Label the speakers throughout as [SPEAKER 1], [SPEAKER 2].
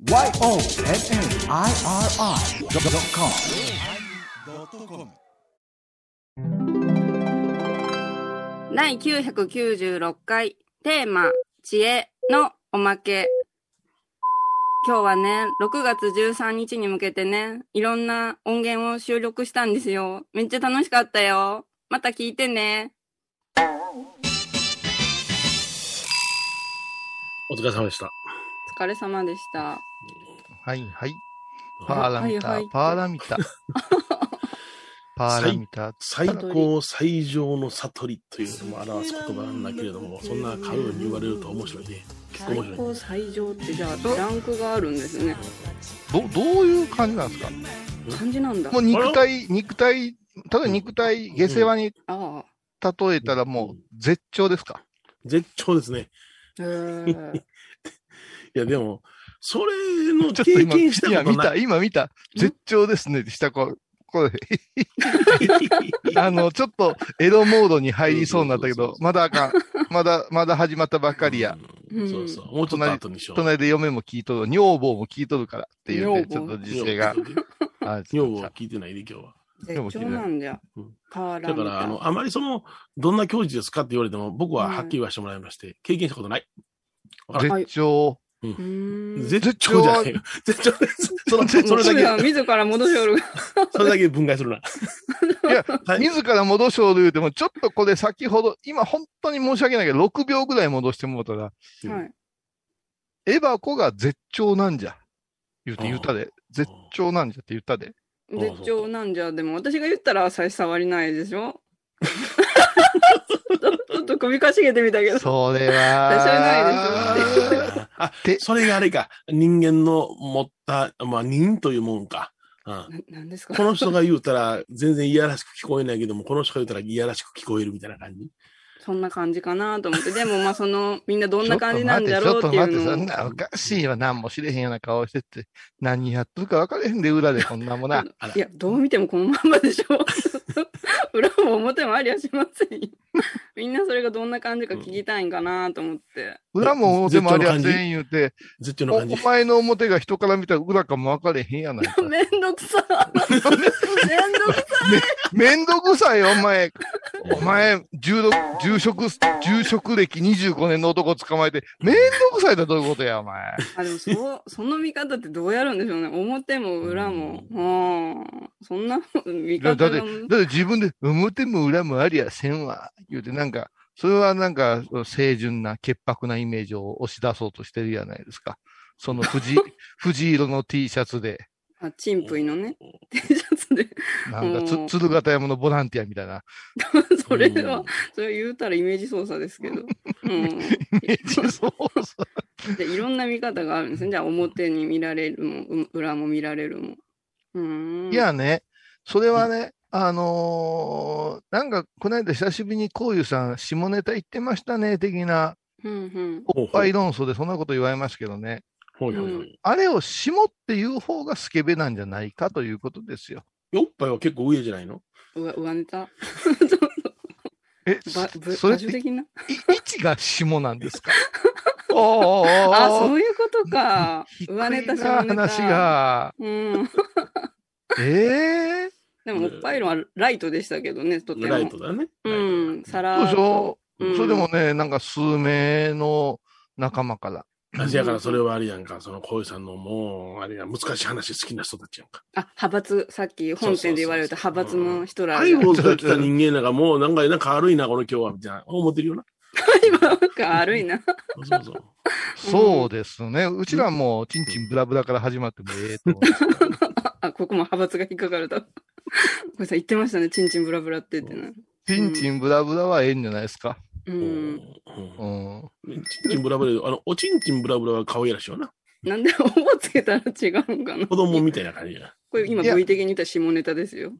[SPEAKER 1] YONNIRI.com 第996回テーマ知恵のおまけ。今日はね、6月13日に向けてね、いろんな音源を収録したんですよ。めっちゃ楽しかったよ。また聞いてね。
[SPEAKER 2] お疲れ様でした。
[SPEAKER 1] お疲れ様でした。
[SPEAKER 3] はいはい。パーラミター、
[SPEAKER 1] はいはい、
[SPEAKER 3] パーラミター。パーラミター。
[SPEAKER 2] 最高最上の悟りというのも表す言葉なんだけれども、そんな軽いに言われると面白いね。
[SPEAKER 1] 最高最上ってじゃあランクがあるんですね。
[SPEAKER 3] どういう感じなんですか？
[SPEAKER 1] 感じなんだ。
[SPEAKER 3] もう肉体、例えば肉体、下世話に例えたらもう絶頂ですか？
[SPEAKER 2] 絶頂ですね。いやでも、それの経験したことない。
[SPEAKER 3] 今見た。絶頂ですねってしたこれ。ちょっとエロモードに入りそうになったけど、まだあかん。まだ始まったばっかりや。
[SPEAKER 2] そうそう。もうちょっと後にしよう。
[SPEAKER 3] 隣で嫁も聞いとる、女房も聞いとるからっていうね、ちょっと時勢が。
[SPEAKER 2] 女房は聞いてないで、今日は。
[SPEAKER 1] 絶頂なんじゃ。
[SPEAKER 2] だから、あまりどんな教授ですかって言われても、僕ははっきり言わせてもらいまして、経験したことない。
[SPEAKER 3] 絶頂。
[SPEAKER 2] 絶頂じゃないよ。絶頂です。それだけ。
[SPEAKER 1] 自ら戻しおる。
[SPEAKER 2] それだけ分解するな。
[SPEAKER 3] いや、自ら戻しおる言うても、ちょっとこれ先ほど、今本当に申し訳ないけど、6秒ぐらい戻してもらったら、エバコが絶頂なんじゃ。言ったで。絶頂なんじゃって言ったで。
[SPEAKER 1] 絶頂なんじゃ、でも私が言ったら差し障りないでしょちょっと首かしげてみたけど。
[SPEAKER 3] それは。
[SPEAKER 2] それがあれか。人間の持った、人というもんか。
[SPEAKER 1] 何ですか？
[SPEAKER 2] この人が言うたら全然いやらしく聞こえないけども、この人が言うたらいやらしく聞こえるみたいな感じ。
[SPEAKER 1] そんな感じかなと思って。でもみんなどんな感じなんだろうっていうのを。
[SPEAKER 3] ちょっと待って、そんなおかしいわ。何も知れへんような顔してて。何やってるか分かれへんで、裏でこんなもな。
[SPEAKER 1] いや、どう見てもこのまんまでしょ。裏も表もありゃしませんよ。みんなそれがどんな感じか聞きたいんかなと思って。
[SPEAKER 3] 裏も表もありゃせん言うて、
[SPEAKER 2] お
[SPEAKER 3] 前の表が人から見たら裏かも分かれへんやないか。
[SPEAKER 1] めんどくさい。
[SPEAKER 3] めんどくさいよ、お前、住職歴25年の男捕まえて、めんどくさいってどういうことや、お前。
[SPEAKER 1] でもその見方ってどうやるんでしょうね。表も裏も。そんな見方
[SPEAKER 3] だって自分で表も裏もありゃせんわ、言うて、それは清純な潔白なイメージを押し出そうとしてるじゃないですか。その藤色の T シャツで。
[SPEAKER 1] チンプイのね、T シャツで。
[SPEAKER 3] 鶴形山のボランティアみたいな。
[SPEAKER 1] それ言うたらイメージ操作ですけど。イメ
[SPEAKER 3] ージ操作
[SPEAKER 1] でいろんな見方があるんですね。じゃあ表に見られるも、裏も見られるも。
[SPEAKER 3] いやね、それはね、この間久しぶりにこういうさん、下ネタ言ってましたね、的な、おっぱい論争でそんなこと言われましたけどね。あれを下っていう方がスケベなんじゃないかということですよ。
[SPEAKER 2] おっぱいは結構上じゃないの？
[SPEAKER 1] 上ネタ
[SPEAKER 3] それって位置が下なんですか？
[SPEAKER 1] そういうことか。上ネタ、下ネタ。
[SPEAKER 3] 話が。
[SPEAKER 1] でも、おっぱいのはライトでしたけどね、とても。
[SPEAKER 2] ライトだね。
[SPEAKER 1] さらっと。
[SPEAKER 3] それでもね、数名の仲間から。
[SPEAKER 2] だからそれはあれやんか、小井さんのもう、あれや、難しい話好きな人たちやんか。
[SPEAKER 1] 派閥、さっき本編で言われた派閥の人ら。
[SPEAKER 2] ハイボールが来た人間なんかもう、なんか悪いな、この今日は、みたいな、思ってるよな。
[SPEAKER 1] なんか悪いな。
[SPEAKER 3] そうですね。うちらも、チンチンブラブラから始まってもええと思う。
[SPEAKER 1] ここも派閥が引っかかると。小井さん言ってましたね、チンチンブラブラって言ってね。
[SPEAKER 3] チンチンブラブラはええんじゃないですか。
[SPEAKER 2] チンチンブラブラ、おちんちんブラブラは顔やらしいよな。
[SPEAKER 1] なんで、おぼつけたら違うんかな。
[SPEAKER 2] 子供みたいな感じや。
[SPEAKER 1] これ今、部位的に言ったら下ネタですよ。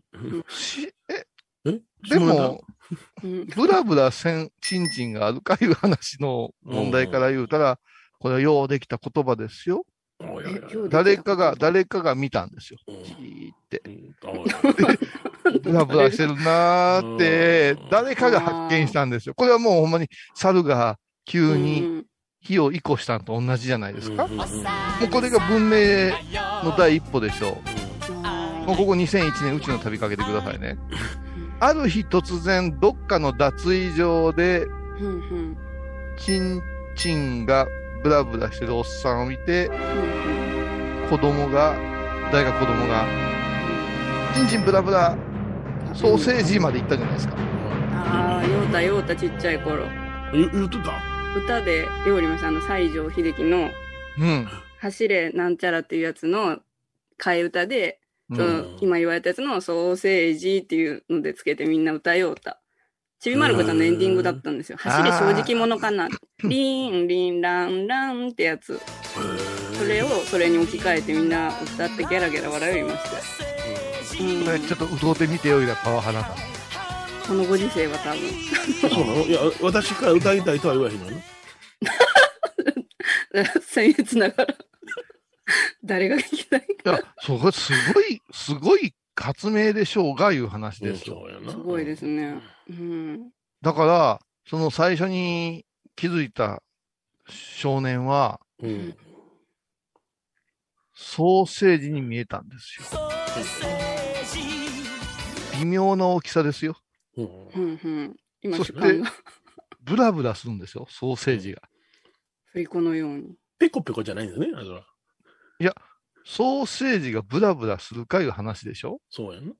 [SPEAKER 3] でも、ブラブラせんチンチンがあるかいう話の問題から言うたら、これはようできた言葉ですよ。誰かが見たんですよ。じーって。ブラブラしてるなーって、誰かが発見したんですよ。これはもうほんまに猿が急に火を移行したのと同じじゃないですか。もうこれが文明の第一歩でしょう。もうここ2001年、うちの旅かけてくださいね。ある日突然、どっかの脱衣場で、チンチンがブラブラしてるおっさんを見て、大学子供が、チンチンブラブラ、ソーセージまで行ったじゃないですか。
[SPEAKER 1] ああ、ようたちっちゃい頃。
[SPEAKER 2] 言うとった
[SPEAKER 1] 歌でようりました。西城秀樹の、走れなんちゃらっていうやつの替え歌で、今言われたやつのソーセージっていうのでつけてみんな歌ようた。ちびまる子ちゃんのエンディングだったんですよ。走れ正直者かな。リンリンランランってやつ。それに置き換えてみんな歌ってギャラギャラ笑いよりました。
[SPEAKER 3] ちょっと歌うてみてよいらパワハラだ。
[SPEAKER 1] このご時世は多分。
[SPEAKER 2] そうなの？いや、私から歌いたいとは言わへんのね。
[SPEAKER 1] 僭越ながら。誰が聞きたいか。
[SPEAKER 3] いや、そこすごい発明でしょうがいう話ですよ。
[SPEAKER 1] すごいですね。
[SPEAKER 3] だから、その最初に気づいた少年は、ソーセージに見えたんですよ。微妙な大きさですよ。
[SPEAKER 1] 今
[SPEAKER 3] そして、ブラブラするんですよ、ソーセージが。
[SPEAKER 1] 振り子のように。
[SPEAKER 2] ペコペコじゃないんですね、あれは。
[SPEAKER 3] いや、ソーセージがブラブラするかいう話でしょ？
[SPEAKER 2] そうやな。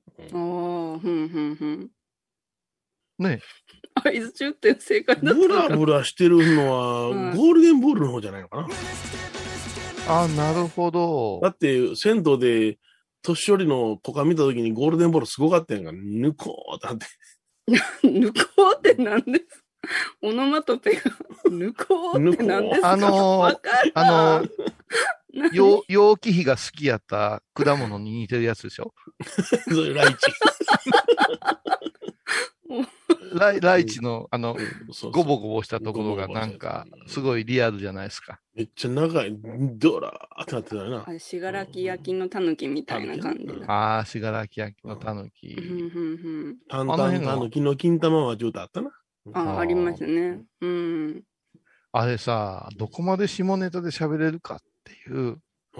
[SPEAKER 3] ねえ。
[SPEAKER 1] あ、伊豆中って正解だった。
[SPEAKER 2] ブラブラしてるのは、ゴールデンボールの方じゃないのかな。
[SPEAKER 3] あ、なるほど。
[SPEAKER 2] だって、銭湯で、年寄りの子が見たときにゴールデンボールすごかったやんか。ぬこーってなって。
[SPEAKER 1] ぬこーって何ですか？オノマトペが、ぬこーって何ですか？
[SPEAKER 3] 陽気比が好きやった果物に似てるやつでしょ？
[SPEAKER 2] そういうライチ。
[SPEAKER 3] ライチの、ゴボゴボしたところがなんか、すごいリアルじゃないですか。
[SPEAKER 2] めっちゃ長い、ドラーってなってたよな。
[SPEAKER 1] あれ、しがらき焼きのたぬきみたいな感じ。
[SPEAKER 3] ああ、しがらき焼きのたぬき。
[SPEAKER 2] たんたんたぬきの金玉はちょっとあったな。
[SPEAKER 1] ありますね。
[SPEAKER 3] あれさ、どこまで下ネタで喋れるかっていう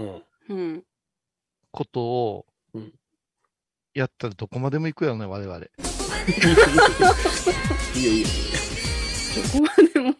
[SPEAKER 3] ことをやったらどこまでも行くやろね、我々。
[SPEAKER 2] いやいや。
[SPEAKER 1] どこまでも。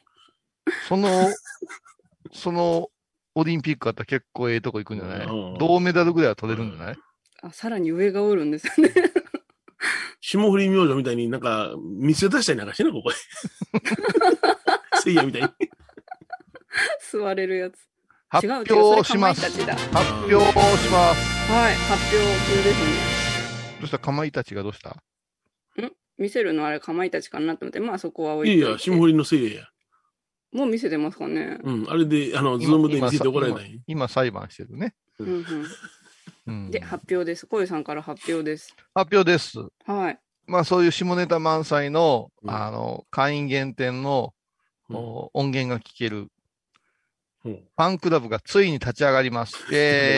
[SPEAKER 3] そのオリンピックあったら結構ええとこ行くんじゃない？銅メダルぐらいは取れるんじゃない？
[SPEAKER 1] さらに上がおるんですよね。
[SPEAKER 2] 霜降り明星みたいになんか見せ出したりなんかしてな、ここで。せいやみたいに。
[SPEAKER 1] 座れるやつ。
[SPEAKER 3] 発表します。発表します。
[SPEAKER 1] はい、発表中ですね。
[SPEAKER 3] どうした？かまいたちがどうした？
[SPEAKER 1] 見せるのあれかまいたちかなと思って、まあそこは置いて。
[SPEAKER 2] いや、霜降りのせいや。
[SPEAKER 1] もう見せてますかね。
[SPEAKER 2] あれで、ズームで見せて怒られない。
[SPEAKER 3] 今裁判してるね。
[SPEAKER 1] で、発表です。小遊さんから発表です。
[SPEAKER 3] 発表です。
[SPEAKER 1] はい。
[SPEAKER 3] まあそういう下ネタ満載の、会員限定の、音源が聴ける、ファンクラブがついに立ち上がります。フ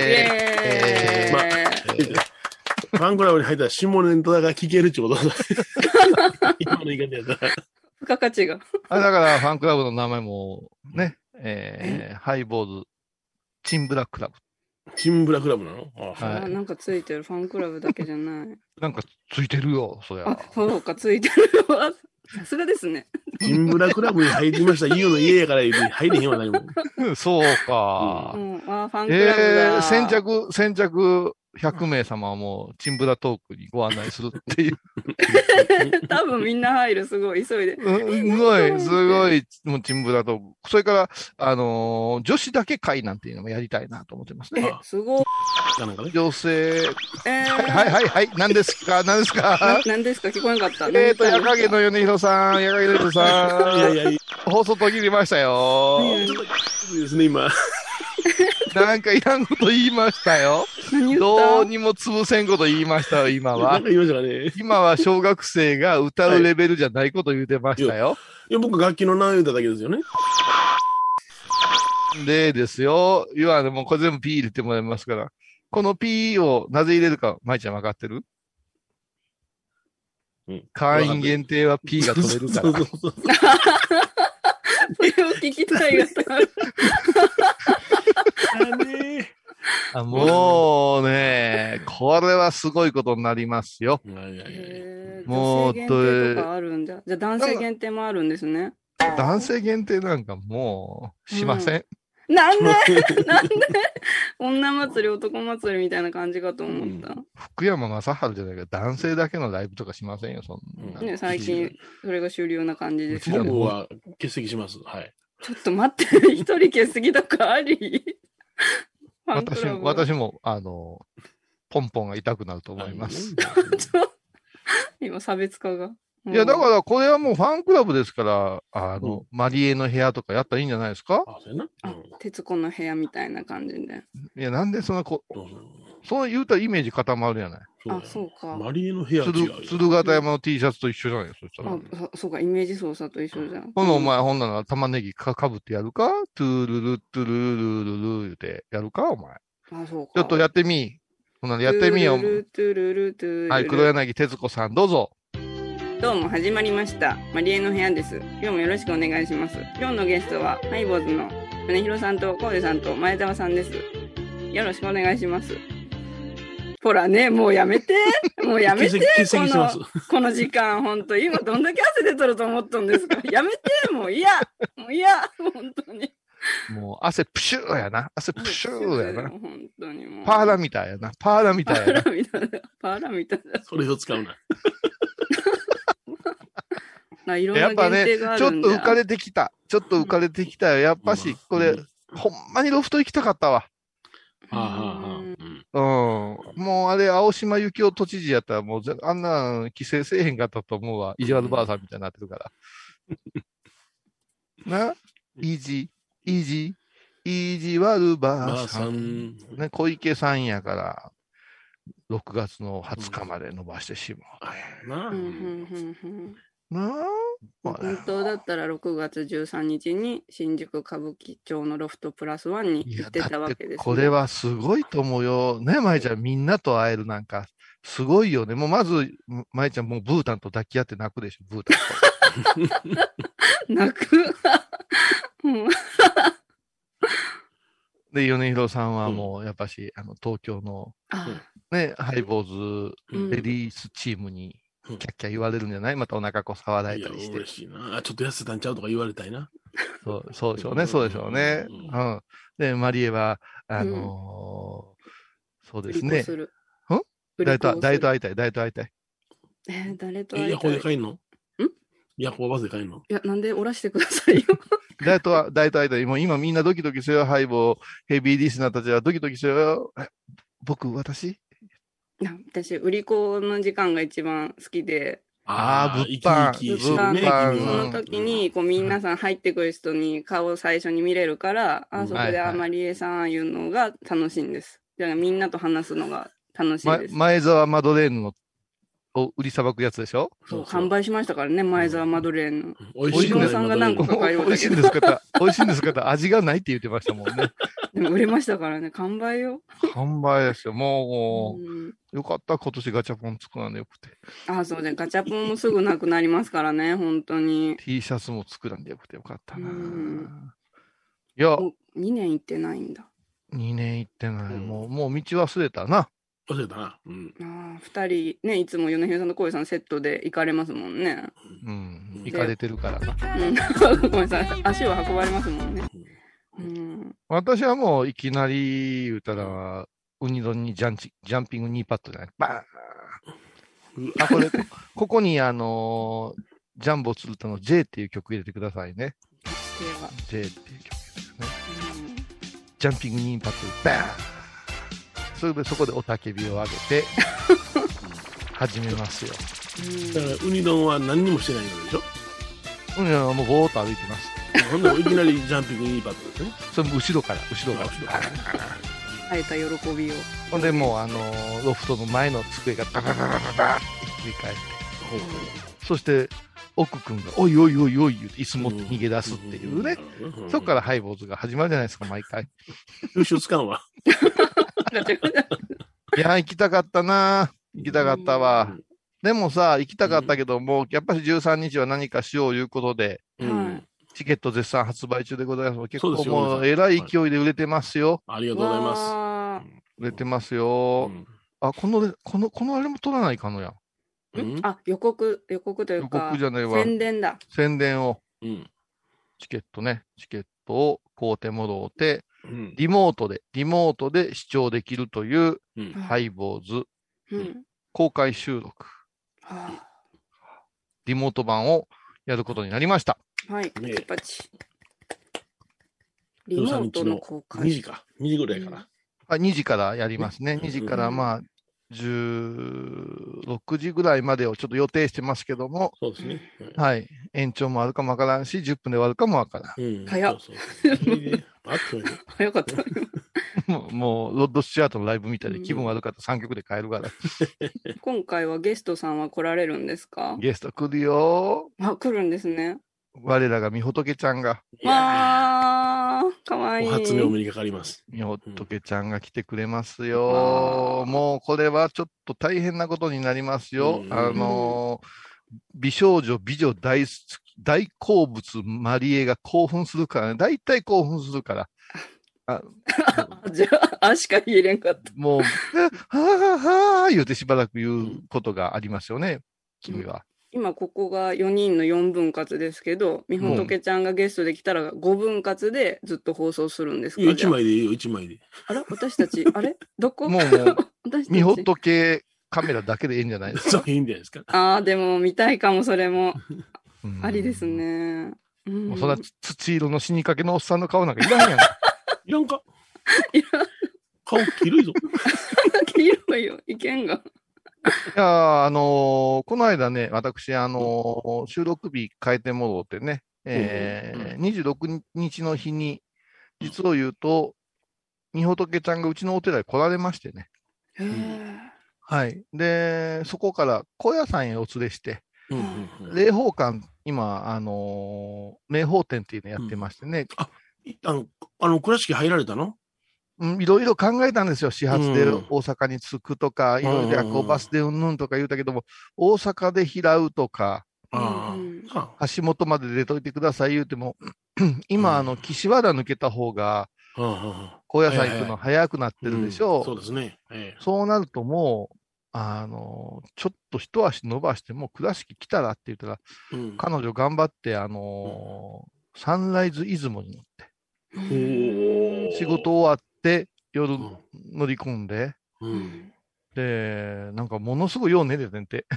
[SPEAKER 2] ァンクラブに入ったら下ネタが聞けるってことだ。今の言い方やったら。
[SPEAKER 1] 付加価値が。
[SPEAKER 3] だからファンクラブの名前もね、ハイボーズ、チンブラクラブ。
[SPEAKER 2] チンブラクラブなの？
[SPEAKER 1] はい。なんかついてる。ファンクラブだけじゃない。
[SPEAKER 3] なんかついてるよ、そりゃ。
[SPEAKER 1] そうか、ついてるわ。さすがですね。
[SPEAKER 2] チンブラクラブに入りました。言うの家やから入れへんわ、何も。
[SPEAKER 3] そうか。
[SPEAKER 1] ファンクラブだ。
[SPEAKER 3] 先着100名様はもう、チンブラトークにご案内するっていう。
[SPEAKER 1] 多分みんな入る、すごい、急いで。
[SPEAKER 3] すごい、もうチンブラトーク。それから、女子だけ会なんていうのもやりたいなと思ってますね。
[SPEAKER 1] すごい。
[SPEAKER 3] 女性。はい。何ですか
[SPEAKER 1] 何ですか聞こえなかった。
[SPEAKER 3] 矢影の米広さん、矢影の米広さん。いや、放送途切りましたよ。
[SPEAKER 2] ちょっとですね、今。
[SPEAKER 3] なんかいらんこと言いましたよ。どうにも潰せんこと言いましたよ、今は。今は小学生が歌うレベルじゃないこと言うてましたよ。
[SPEAKER 2] いや、僕楽器の名言うただけですよね。
[SPEAKER 3] ですよ。要はもうこれ全部 P 入れてもらいますから。この P をなぜ入れるか、舞ちゃん分かってる？会員限定は P が取れるから。
[SPEAKER 1] れを聞きたいがたる。
[SPEAKER 3] もうね、これはすごいことになりますよ。
[SPEAKER 1] もう、女性限定とかあるんだ。じゃあ男性限定もあるんですね。
[SPEAKER 3] 男性限定なんかもう、しません。
[SPEAKER 1] なんで女祭り、男祭りみたいな感じかと思った。
[SPEAKER 3] 福山雅治じゃないか、男性だけのライブとかしませんよ、そんな。
[SPEAKER 1] ね、最近、それが主流な感じです
[SPEAKER 2] けど。僕は欠席します。はい。
[SPEAKER 1] ちょっと待って、一人欠席とかあり
[SPEAKER 3] 私も、ポンポンが痛くなると思います。
[SPEAKER 1] 今、差別化が。
[SPEAKER 3] いや、だからこれはもうファンクラブですから、マリエの部屋とかやったらいいんじゃないですか？
[SPEAKER 1] 徹子の部屋みたいな感じで。
[SPEAKER 3] いや、なんでそう言うたらイメージ固まるやない。
[SPEAKER 1] あ、そうか。
[SPEAKER 2] マリエの部屋は違う。
[SPEAKER 3] 鶴形山の T シャツと一緒じゃないそしたら。
[SPEAKER 1] そうか、イメージ操作と一緒じゃん。
[SPEAKER 3] お前、ほんなら玉ねぎかぶってやるか？トゥルルトゥルルルル言うてやるかお前。
[SPEAKER 1] あ、そうか。
[SPEAKER 3] ちょっとやってみ。ほんならやってみよ。はい、黒柳徹子さん、どうぞ。
[SPEAKER 1] どうも始まりました。マリエの部屋です。今日もよろしくお願いします。今日のゲストは、ハイボーズの米広さんとコウデさんと前澤さんです。よろしくお願いします。ほらね、もうやめて。もうやめて。この時間、ほんと。今どんだけ汗出とると思ったんですか？やめて。もう嫌。もう嫌。本当に。
[SPEAKER 3] もう汗プシューやな。汗プシューやな。
[SPEAKER 1] 本当にもう。
[SPEAKER 3] パーラみたいやな。パーラみたいやな。
[SPEAKER 1] パーラみたいだ。
[SPEAKER 2] それを使うな。
[SPEAKER 3] やっぱね、ちょっと浮かれてきた。ちょっと浮かれてきたよ。やっぱし、これ、ほんまにロフト行きたかったわ。もうあれ、青島幸男都知事やったら、もうあんな規制せえへんかったと思うわ。意地悪ばあさんみたいになってるから。な、意地悪ばあさん。ね、小池さんやから、6月の20日まで伸ばしてしまう。
[SPEAKER 1] 本当だったら6月13日に新宿歌舞伎町のロフトプラスワンに行ってたわけです、ね。
[SPEAKER 3] これはすごいと思うよ。ね、舞ちゃん、みんなと会えるなんか、すごいよね。もうまず、舞ちゃん、もうブータンと抱き合って泣くでしょ、ブータンと。
[SPEAKER 1] 泣く
[SPEAKER 3] で、米広さんはもう、やっぱし、東京の、ね、ハイボーズ、レディースチームに、キャッキャ言われるんじゃない？またお腹こう触られたりして。
[SPEAKER 2] 嬉しいな。ちょっと痩せたんちゃうとか言われたいな。
[SPEAKER 3] そうでしょうね、そうでしょうね。で、マリエは、そうですね。誰と会いたい？誰と会いたい？
[SPEAKER 1] 誰と会いたい？
[SPEAKER 2] ヤコで帰んの？ヤコバスで帰んの？
[SPEAKER 1] いや、なんでおらしてくださいよ。
[SPEAKER 3] 誰と会いたい？もう今みんなドキドキするよ、ハイボー、ヘビーリスナーたちはドキドキするよ。私、
[SPEAKER 1] 売り子の時間が一番好きで。
[SPEAKER 3] 物販。
[SPEAKER 1] その時に、皆さん入ってくる人に顔を最初に見れるから、そこでマリエさんいうのが楽しいんです。だからみんなと話すのが楽しいです。
[SPEAKER 3] 前澤マドレーヌの売りさばくやつでしょ？
[SPEAKER 1] そう、販売しましたからね、前澤マドレーヌの。
[SPEAKER 2] 美味しいんですか？
[SPEAKER 3] 美味しいんですか？味がないって言ってましたもんね。
[SPEAKER 1] でも売れましたからね、完売よ。
[SPEAKER 3] 完売ですよ。もう、よかった、今年ガチャポン作らんでよくて。
[SPEAKER 1] そうね、ガチャポンもすぐなくなりますからね、本当に。
[SPEAKER 3] T シャツも作らんでよくてよかったな。いや、
[SPEAKER 1] 2年行ってないんだ。
[SPEAKER 3] 2年行ってない。もう道忘れたな。
[SPEAKER 2] 忘れたな。
[SPEAKER 1] 2人、ね、いつも米広さんと小江さんセットで行かれますもんね。
[SPEAKER 3] 行かれてるからな。
[SPEAKER 1] ごめんなさい、足を運ばれますもんね。
[SPEAKER 3] 私はもういきなり言うたら、ウニ丼にジャンピングニーパッドじゃない。バーン！ここにジャンボ鶴田の J っていう曲入れてくださいね。J っていう曲ですね。ジャンピングニーパッド、バーン！そこでおたけびを上げて、始めますよ。
[SPEAKER 2] だから、ウニ丼は何にもしてないのでしょ？
[SPEAKER 3] ウニ丼はもうぼーっと歩いてます。
[SPEAKER 2] ほんでいきなりジャンピングニーパッドですね。
[SPEAKER 3] それも後ろから。
[SPEAKER 1] 会えた喜びを。
[SPEAKER 3] ほんでもうロフトの前の机がババババババってひっくり返って。そして、奥くんが、おいおいおいおい言うて、椅子も逃げ出すっていうね。そこからハイボーズが始まるじゃないですか、毎回。
[SPEAKER 2] 優秀つかんわ。
[SPEAKER 3] いや、行きたかったな。行きたかったわ。でもさ、行きたかったけども、やっぱり13日は何かしよういうことで、 チケット絶賛発売中でございます。結構
[SPEAKER 2] そうですよ
[SPEAKER 3] もうえらい勢いで売れてますよ。
[SPEAKER 2] ありがとうございます。
[SPEAKER 1] わ
[SPEAKER 3] 売れてますよ。あ、このあれも取らないかのや。
[SPEAKER 1] あ、予告というか、
[SPEAKER 3] 予告じゃないわ。
[SPEAKER 1] 宣伝だ。
[SPEAKER 3] 宣伝を。
[SPEAKER 2] うん。
[SPEAKER 3] チケットを買うてもろうて、リモートで視聴できるという、ハイボーズ、公開収録、リモート版をやることになりました。
[SPEAKER 1] はい、パチパチ。リモートの公開。
[SPEAKER 2] 2時か。2時ぐらいから。
[SPEAKER 3] 2時からやりますね。2時からまあ、16時ぐらいまでをちょっと予定してますけども。
[SPEAKER 2] そうですね。
[SPEAKER 3] はい。延長もあるかもわからんし、10分で終わるかもわからん。
[SPEAKER 1] 早っ。早かった。
[SPEAKER 3] もう、ロッド・スチュアートのライブみたいで気分悪かった3曲で帰るから。
[SPEAKER 1] 今回はゲストさんは来られるんですか？
[SPEAKER 3] ゲスト来るよ。
[SPEAKER 1] あ、来るんですね。
[SPEAKER 3] 我らがみほとけちゃんが。
[SPEAKER 1] わー、かわいい。
[SPEAKER 2] お初にお目にかかります。
[SPEAKER 3] みほとけちゃんが来てくれますよ。もうこれはちょっと大変なことになりますよ。美少女、美女大好物マリエが興奮するからね。大体興奮するから。
[SPEAKER 1] じゃあ、しか言えれんかった。
[SPEAKER 3] もう、はぁ言うてしばらく言うことがありますよね、君は。
[SPEAKER 1] 今ここが4人の4分割ですけど、みほとけちゃんがゲストできたら5分割でずっと放送するんですか？
[SPEAKER 2] 1枚でいいよ、1枚で。
[SPEAKER 1] あら私たち、あれどこ
[SPEAKER 3] もう、みほとけカメラだけでいいんじゃないですか？
[SPEAKER 2] そう、いいんじゃないですか。
[SPEAKER 1] ああ、でも見たいかも、それも。ありですね。
[SPEAKER 3] もうそんな土色の死にかけのおっさんの顔なんかいらんやん。
[SPEAKER 2] いらんか？いらん。顔黄色いぞ。
[SPEAKER 1] 黄色いよ、いけんが。
[SPEAKER 3] いやこの間ね、私、収録日変えてもろうてね、26日の日に、実を言うと、みほとけちゃんがうちのお寺に来られましてね。はい。で、そこから高野山へお連れして、霊宝館、今、霊宝展っていうのやってましてね。
[SPEAKER 2] 倉敷入られたの？
[SPEAKER 3] いろいろ考えたんですよ。始発で大阪に着くとか、いろいろ夜行バスでうんぬんとか言うたけども、大阪で拾うとか、橋本まで出といてください言うても、今、岸和田抜けた方が、高野山行くの早くなってるでしょう。
[SPEAKER 2] そうですね。
[SPEAKER 3] そうなるともう、ちょっと一足伸ばしても倉敷来たらって言ったら、彼女頑張って、サンライズ出雲に乗って、仕事終わって夜乗り込んで、で、なんかものすごいよう寝ててんて。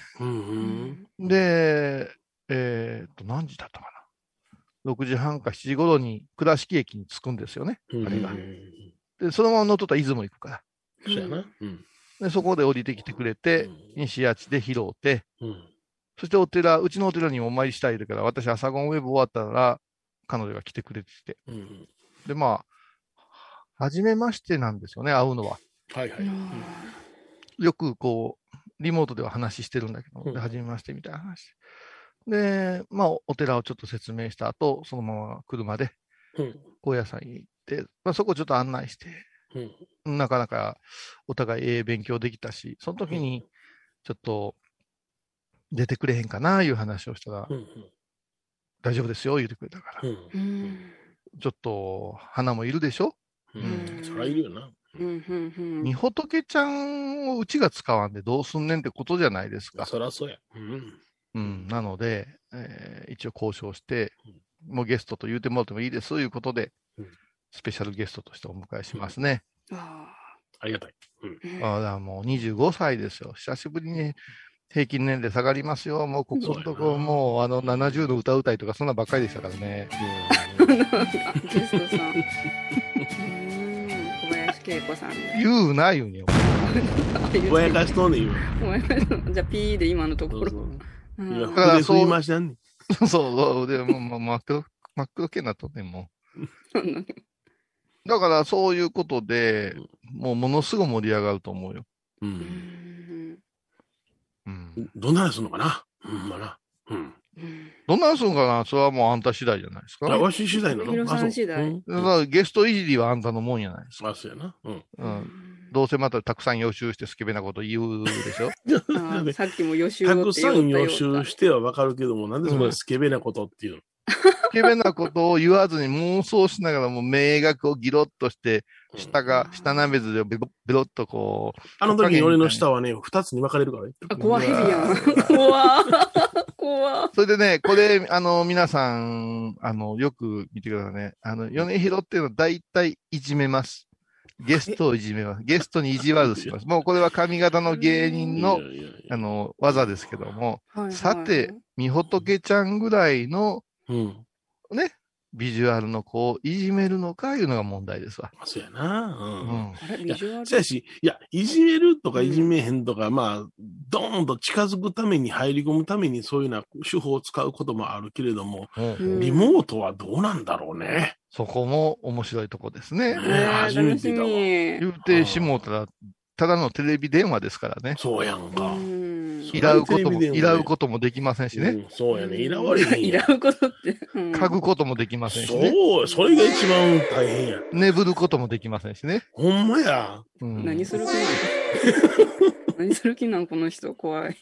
[SPEAKER 3] で、何時だったかな。6時半か7時頃に倉敷駅に着くんですよね、あれが。で、そのまま乗っとったら出雲行くから。
[SPEAKER 2] そうやな。
[SPEAKER 3] で、そこで降りてきてくれて、西谷地で拾うて、そしてうちのお寺にもお参りしたいだから、私、朝ゴンウェブ終わったら、彼女が来てくれてて。で、まあ、初めましてなんですよね、会うのは。
[SPEAKER 2] はいはい。
[SPEAKER 3] よくこう、リモートでは話してるんだけど、初めましてみたいな話。で、まあ、お寺をちょっと説明した後、そのまま車で、高野山に行って、まあ、そこをちょっと案内して、なかなかお互い勉強できたし、その時にちょっと出てくれへんかないう話をしたら、大丈夫ですよ言ってくれたから、ちょっと花もいるでしょ。
[SPEAKER 2] そりゃいるよな。
[SPEAKER 3] みほとけちゃんをうちが使わんでどうすんねんってことじゃないですか。
[SPEAKER 2] そりゃそうや。
[SPEAKER 3] なので、一応交渉して、もうゲストと言うてもらってもいいですということで、スペシャルゲストとしてお迎えしますね。
[SPEAKER 2] ありがたい。
[SPEAKER 3] だからもう25歳ですよ。久しぶりに平均年齢下がりますよ。もうここのとこ、もう70の歌うたいとかそんなばっかりでしたからね。
[SPEAKER 1] ゲストさん。小林恵子さん。
[SPEAKER 3] 言うな、言うに。
[SPEAKER 2] ぼやかしとんねん、
[SPEAKER 1] 今。じゃあ、ピーで今のところ。
[SPEAKER 2] だからそう言いましたね。
[SPEAKER 3] そう、でも真っ黒系になっとんねん、もう。だからそういうことで、もうものすごい盛り上がると思うよ。
[SPEAKER 2] どんな話するのかな。
[SPEAKER 3] どんな話するのかな。それはもうあんた次第じゃないですか。
[SPEAKER 2] わし次第なの？
[SPEAKER 1] ヒロさん次第。
[SPEAKER 3] ゲストいじりはあんたのもんじゃないですか。
[SPEAKER 2] そうやな。
[SPEAKER 3] どうせまたたくさん予習してスケベなこと言うでしょ。
[SPEAKER 1] さっきも予習
[SPEAKER 2] たくさん予習してはわかるけども、なんでそこでスケベなことっていうの？
[SPEAKER 3] スケベなことを言わずに妄想しながらも目描くをギロッとして、下なめずでベロッとこう。
[SPEAKER 2] あの時に俺の舌はね、二つに分かれるからね。
[SPEAKER 1] 怖いやん。怖
[SPEAKER 3] それでね、これ、皆さん、よく見てくださいね。米広っていうのは大体いじめます。ゲストをいじめます。ゲストに意地悪します。もうこれは髪型の芸人の、技ですけども。さて、みほとけちゃんぐらいの、ね、ビジュアルの子をいじめるのかいうのが問題ですわ。
[SPEAKER 2] そうやな。
[SPEAKER 1] あれ、ビジュアル？
[SPEAKER 2] そうやし、いや、いじめるとかいじめへんとか、まあ、ドーンと近づくために入り込むためにそういうような手法を使うこともあるけれども、リモートはどうなんだろうね。
[SPEAKER 3] そこも面白いとこですね。
[SPEAKER 2] 初めてだわ。
[SPEAKER 3] 言うてしもうたら、ただのテレビ電話ですからね。
[SPEAKER 2] そうやんか。
[SPEAKER 3] いらうこともできませんしね。
[SPEAKER 2] そうやね。いらわれへん。
[SPEAKER 1] いらうことって。
[SPEAKER 3] 嗅ぐこともできませんしね。
[SPEAKER 2] そう、それが一番大変や。
[SPEAKER 3] 眠ることもできませんしね。
[SPEAKER 2] ほんまや。
[SPEAKER 1] 何する気なん何する気なんこの人、怖い。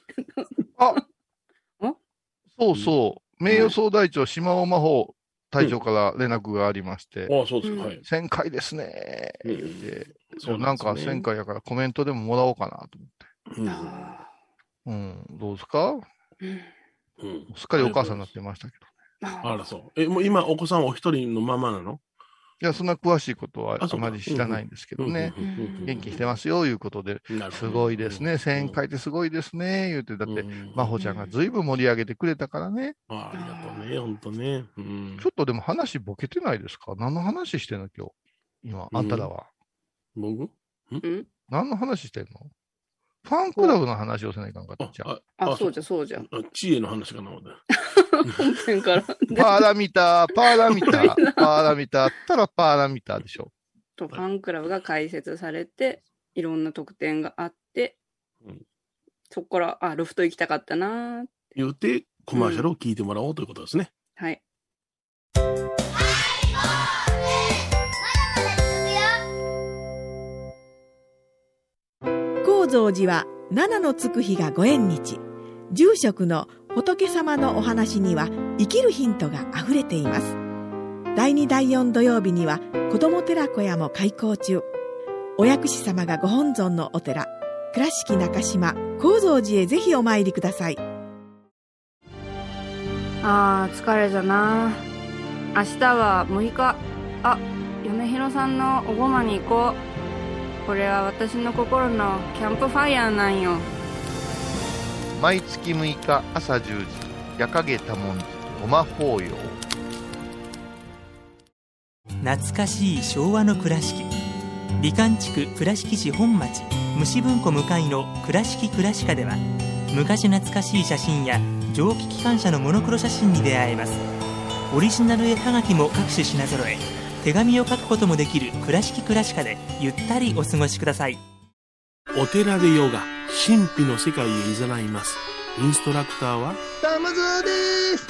[SPEAKER 3] そうそう。名誉総大長、島尾真帆隊長から連絡がありまして。
[SPEAKER 2] そうですか。はい。
[SPEAKER 3] 1000回ですね。なんか1000回やからコメントでももらおうかなと思って。どうですか？すっかりお母さんになってましたけ
[SPEAKER 2] ど。あら、そう。もう今、お子さんお一人のままなの？
[SPEAKER 3] いや、そんな詳しいことはあまり知らないんですけどね。元気してますよ、いうことで。すごいですね。1000回ってすごいですね。言うて、だって、真帆ちゃんがずいぶん盛り上げてくれたからね。
[SPEAKER 2] ありがとうね、ほんとね。
[SPEAKER 3] ちょっとでも話ボケてないですか？何の話してんの今日。今、あんたらは。
[SPEAKER 2] 僕？
[SPEAKER 3] 何の話してんの？ファンクラブの話をせないかんかったじゃん。
[SPEAKER 1] そうじゃ、そうじゃ。
[SPEAKER 2] 知恵の話かな、思って。
[SPEAKER 1] 本編から。
[SPEAKER 3] パーラミター、パーラミター、パーラミターったらパーラミターでしょ。
[SPEAKER 1] ファンクラブが開設されて、いろんな特典があって、そこから、ロフト行きたかったなー
[SPEAKER 2] 言うて、コマーシャルを聞いてもらおうということですね。
[SPEAKER 1] はい。
[SPEAKER 4] 高蔵寺は七のつく日がご縁日。住職の仏様のお話には生きるヒントがあふれています。第2第4土曜日には子ども寺小屋も開校中。お薬師様がご本尊のお寺、倉敷中島・高蔵寺へぜひお参りください。
[SPEAKER 1] 疲れじゃな。明日は6日。米広さんのおごまに行こう。これは私の心のキャンプファイヤーなんよ。
[SPEAKER 3] 毎月6日朝10時、夜影多文字ごま法要。
[SPEAKER 5] 懐かしい昭和の倉敷。美観地区倉敷市本町虫文庫向かいの倉敷倉歯科では、昔懐かしい写真や蒸気機関車のモノクロ写真に出会えます。オリジナル絵はがきも各種品揃え、手紙を書くこともできる倉敷倉歯科でゆったりお過ごしください。
[SPEAKER 2] お寺でヨガ、神秘の世界へ誘います。インストラクターは
[SPEAKER 6] 玉沢です。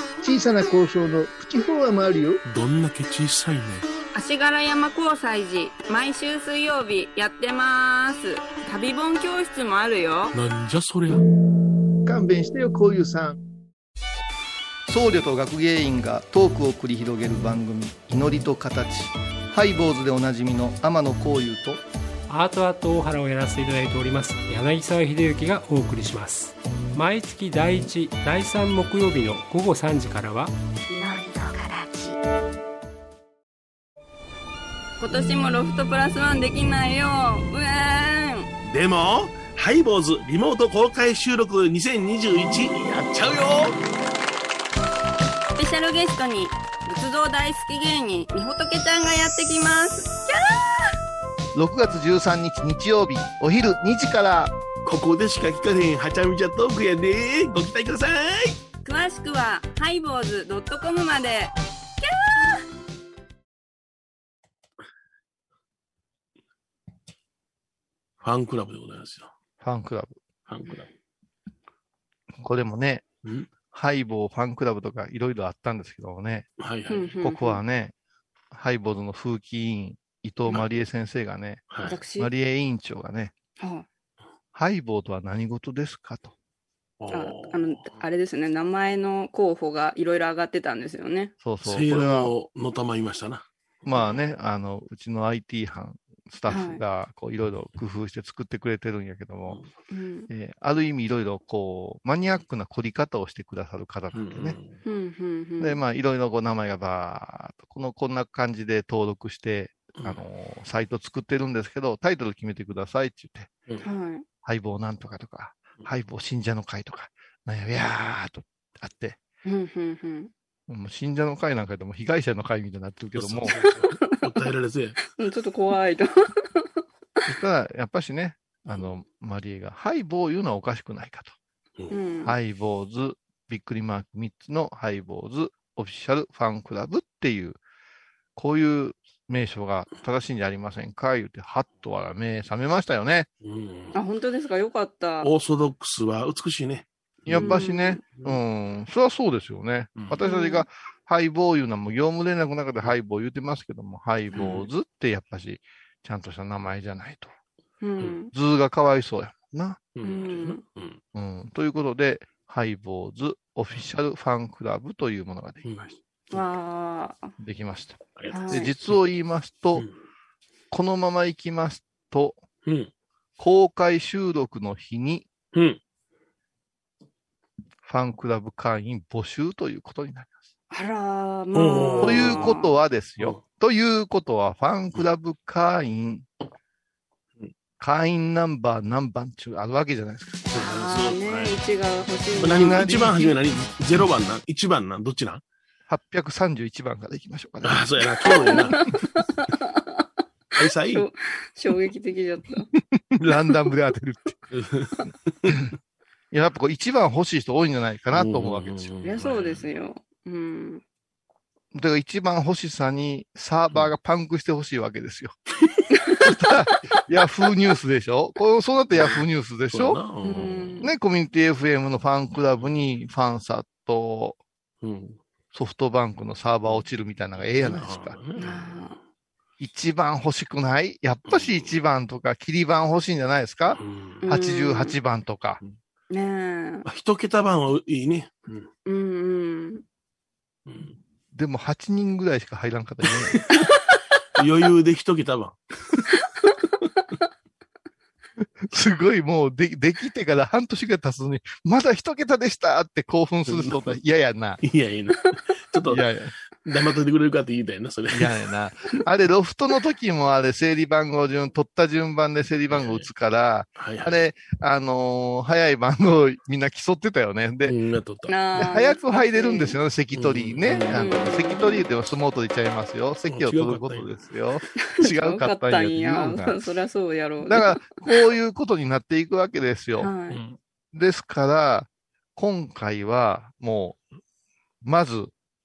[SPEAKER 6] 小さな交渉のプチフォアもあるよ。
[SPEAKER 2] どんだけ小さいね。
[SPEAKER 1] 足柄山交際時、毎週水曜日やってます。旅本教室もあるよ。
[SPEAKER 2] なんじゃそりゃ。
[SPEAKER 6] 勘弁してよ、こういうさん。
[SPEAKER 3] 僧侶と学芸員がトークを繰り広げる番組、祈りと形。ハイボーズでおなじみの天野幸雄と
[SPEAKER 7] アートアート大原をやらせていただいております柳沢秀幸がお送りします。毎月第1、第3木曜日の午後3時からは
[SPEAKER 1] 祈りと形。今年もロフトプラスワンできないよ。
[SPEAKER 2] でもハイボーズリモート公開収録2021やっちゃうよ。
[SPEAKER 1] スペシャルゲストに仏像大好き芸人みほとけちゃんがやってきます。
[SPEAKER 3] 6月13日日曜日お昼2時から。
[SPEAKER 2] ここでしか聞かへんはちゃめちゃトークやで。ご期待ください。
[SPEAKER 1] 詳しくはハイボーズ .com まで。
[SPEAKER 2] ファンクラブでございますよ。
[SPEAKER 3] ファンクラブ。これもね、ハイボーファンクラブとかいろいろあったんですけどもね。
[SPEAKER 2] はいはい。
[SPEAKER 3] ここはね、ハイボーズの風紀委員、伊藤マリエ先生がね、マリエ委員長がね、ハイボーとは何事ですかと。
[SPEAKER 1] あれですね、名前の候補がいろいろ上がってたんですよね。
[SPEAKER 3] そうそう。
[SPEAKER 2] 性能の玉いましたな。
[SPEAKER 3] まあね、うちの IT 班、スタッフがこういろいろ工夫して作ってくれてるんやけども、ある意味いろいろこうマニアックな凝り方をしてくださる方なんでね。で、まあいろいろこう名前がばーっと、こんな感じで登録して、サイト作ってるんですけど、タイトル決めてくださいって言って、相棒なんとかとか、相棒信者の会とか、なんやーっとあって、もう信者の会なんかでも被害者の会みたいになってるけども。
[SPEAKER 2] 訴えられて。
[SPEAKER 1] ちょっと怖いと。
[SPEAKER 3] そしたら、やっぱしね、マリエが、ハイボー言うのはおかしくないかと。ハイボーズ、びっくりマーク3つのハイボーズ、オフィシャルファンクラブっていう、こういう名称が正しいんじゃありませんか言うて、はっとは目覚めましたよね。
[SPEAKER 1] あ、本当ですか？よかった。
[SPEAKER 2] オーソドックスは美しいね。
[SPEAKER 3] やっぱしね、そりゃそうですよね。私たちがハイボーいうのはもう業務連絡の中でハイボー言うてますけども、ハイボーズってやっぱし、ちゃんとした名前じゃないと。図がかわいそうやもんな。ということで、ハイボーズオフィシャルファンクラブというものができました。できました。で、実を言いますと、このまま行きますと、公開収録の日に、ファンクラブ会員募集ということになります。
[SPEAKER 1] あら、
[SPEAKER 3] ということはですよ。ということは、ファンクラブ会員ナンバー何番中あるわけじゃないですか。
[SPEAKER 1] 1が欲しい。
[SPEAKER 2] 一番初め何 ?0 番なん ?1 番なんどっちなん
[SPEAKER 3] ?831 番からいきましょうかね。
[SPEAKER 2] ああ、そうやな。ちょうどいいな。
[SPEAKER 1] 衝撃的だった。
[SPEAKER 3] ランダムで当てるって。やっぱこう1番欲しい人多いんじゃないかなと思うわけですよ。
[SPEAKER 1] いや、そうですよ。
[SPEAKER 3] だから1番欲しさにサーバーがパンクしてほしいわけですよ。ヤフーニュースでしょ？そうなってヤフーニュースでしょ？ね、コミュニティ FM のファンクラブにファンサとソフトバンクのサーバー落ちるみたいなのがええやないですか。1番欲しくない？やっぱし1番とか、切り番欲しいんじゃないですか？ 88 番とか。
[SPEAKER 1] ねえ。
[SPEAKER 2] 一桁番はいいね。
[SPEAKER 3] でも8人ぐらいしか入らんかったね。
[SPEAKER 2] 余裕で一桁番。
[SPEAKER 3] すごいもうできてから半年ぐらい経つのに、まだ一桁でしたって興奮する人は嫌やな。
[SPEAKER 2] いやいやな。ちょっと、黙っといてくれるかって言いたいな、それ。
[SPEAKER 3] 嫌やな。あれ、ロフトの時もあれ、整理番号取った順番で整理番号打つから、あれ、早い番号をみんな競ってたよね。で、早く入れるんですよね、席取りね。席取りでも相撲取りちゃいますよ。席を取ることですよ。違うかったんや。
[SPEAKER 1] そりゃそうやろう。
[SPEAKER 3] だから、こういうことになっていくわけですよ。ですから、今回はもう、まず、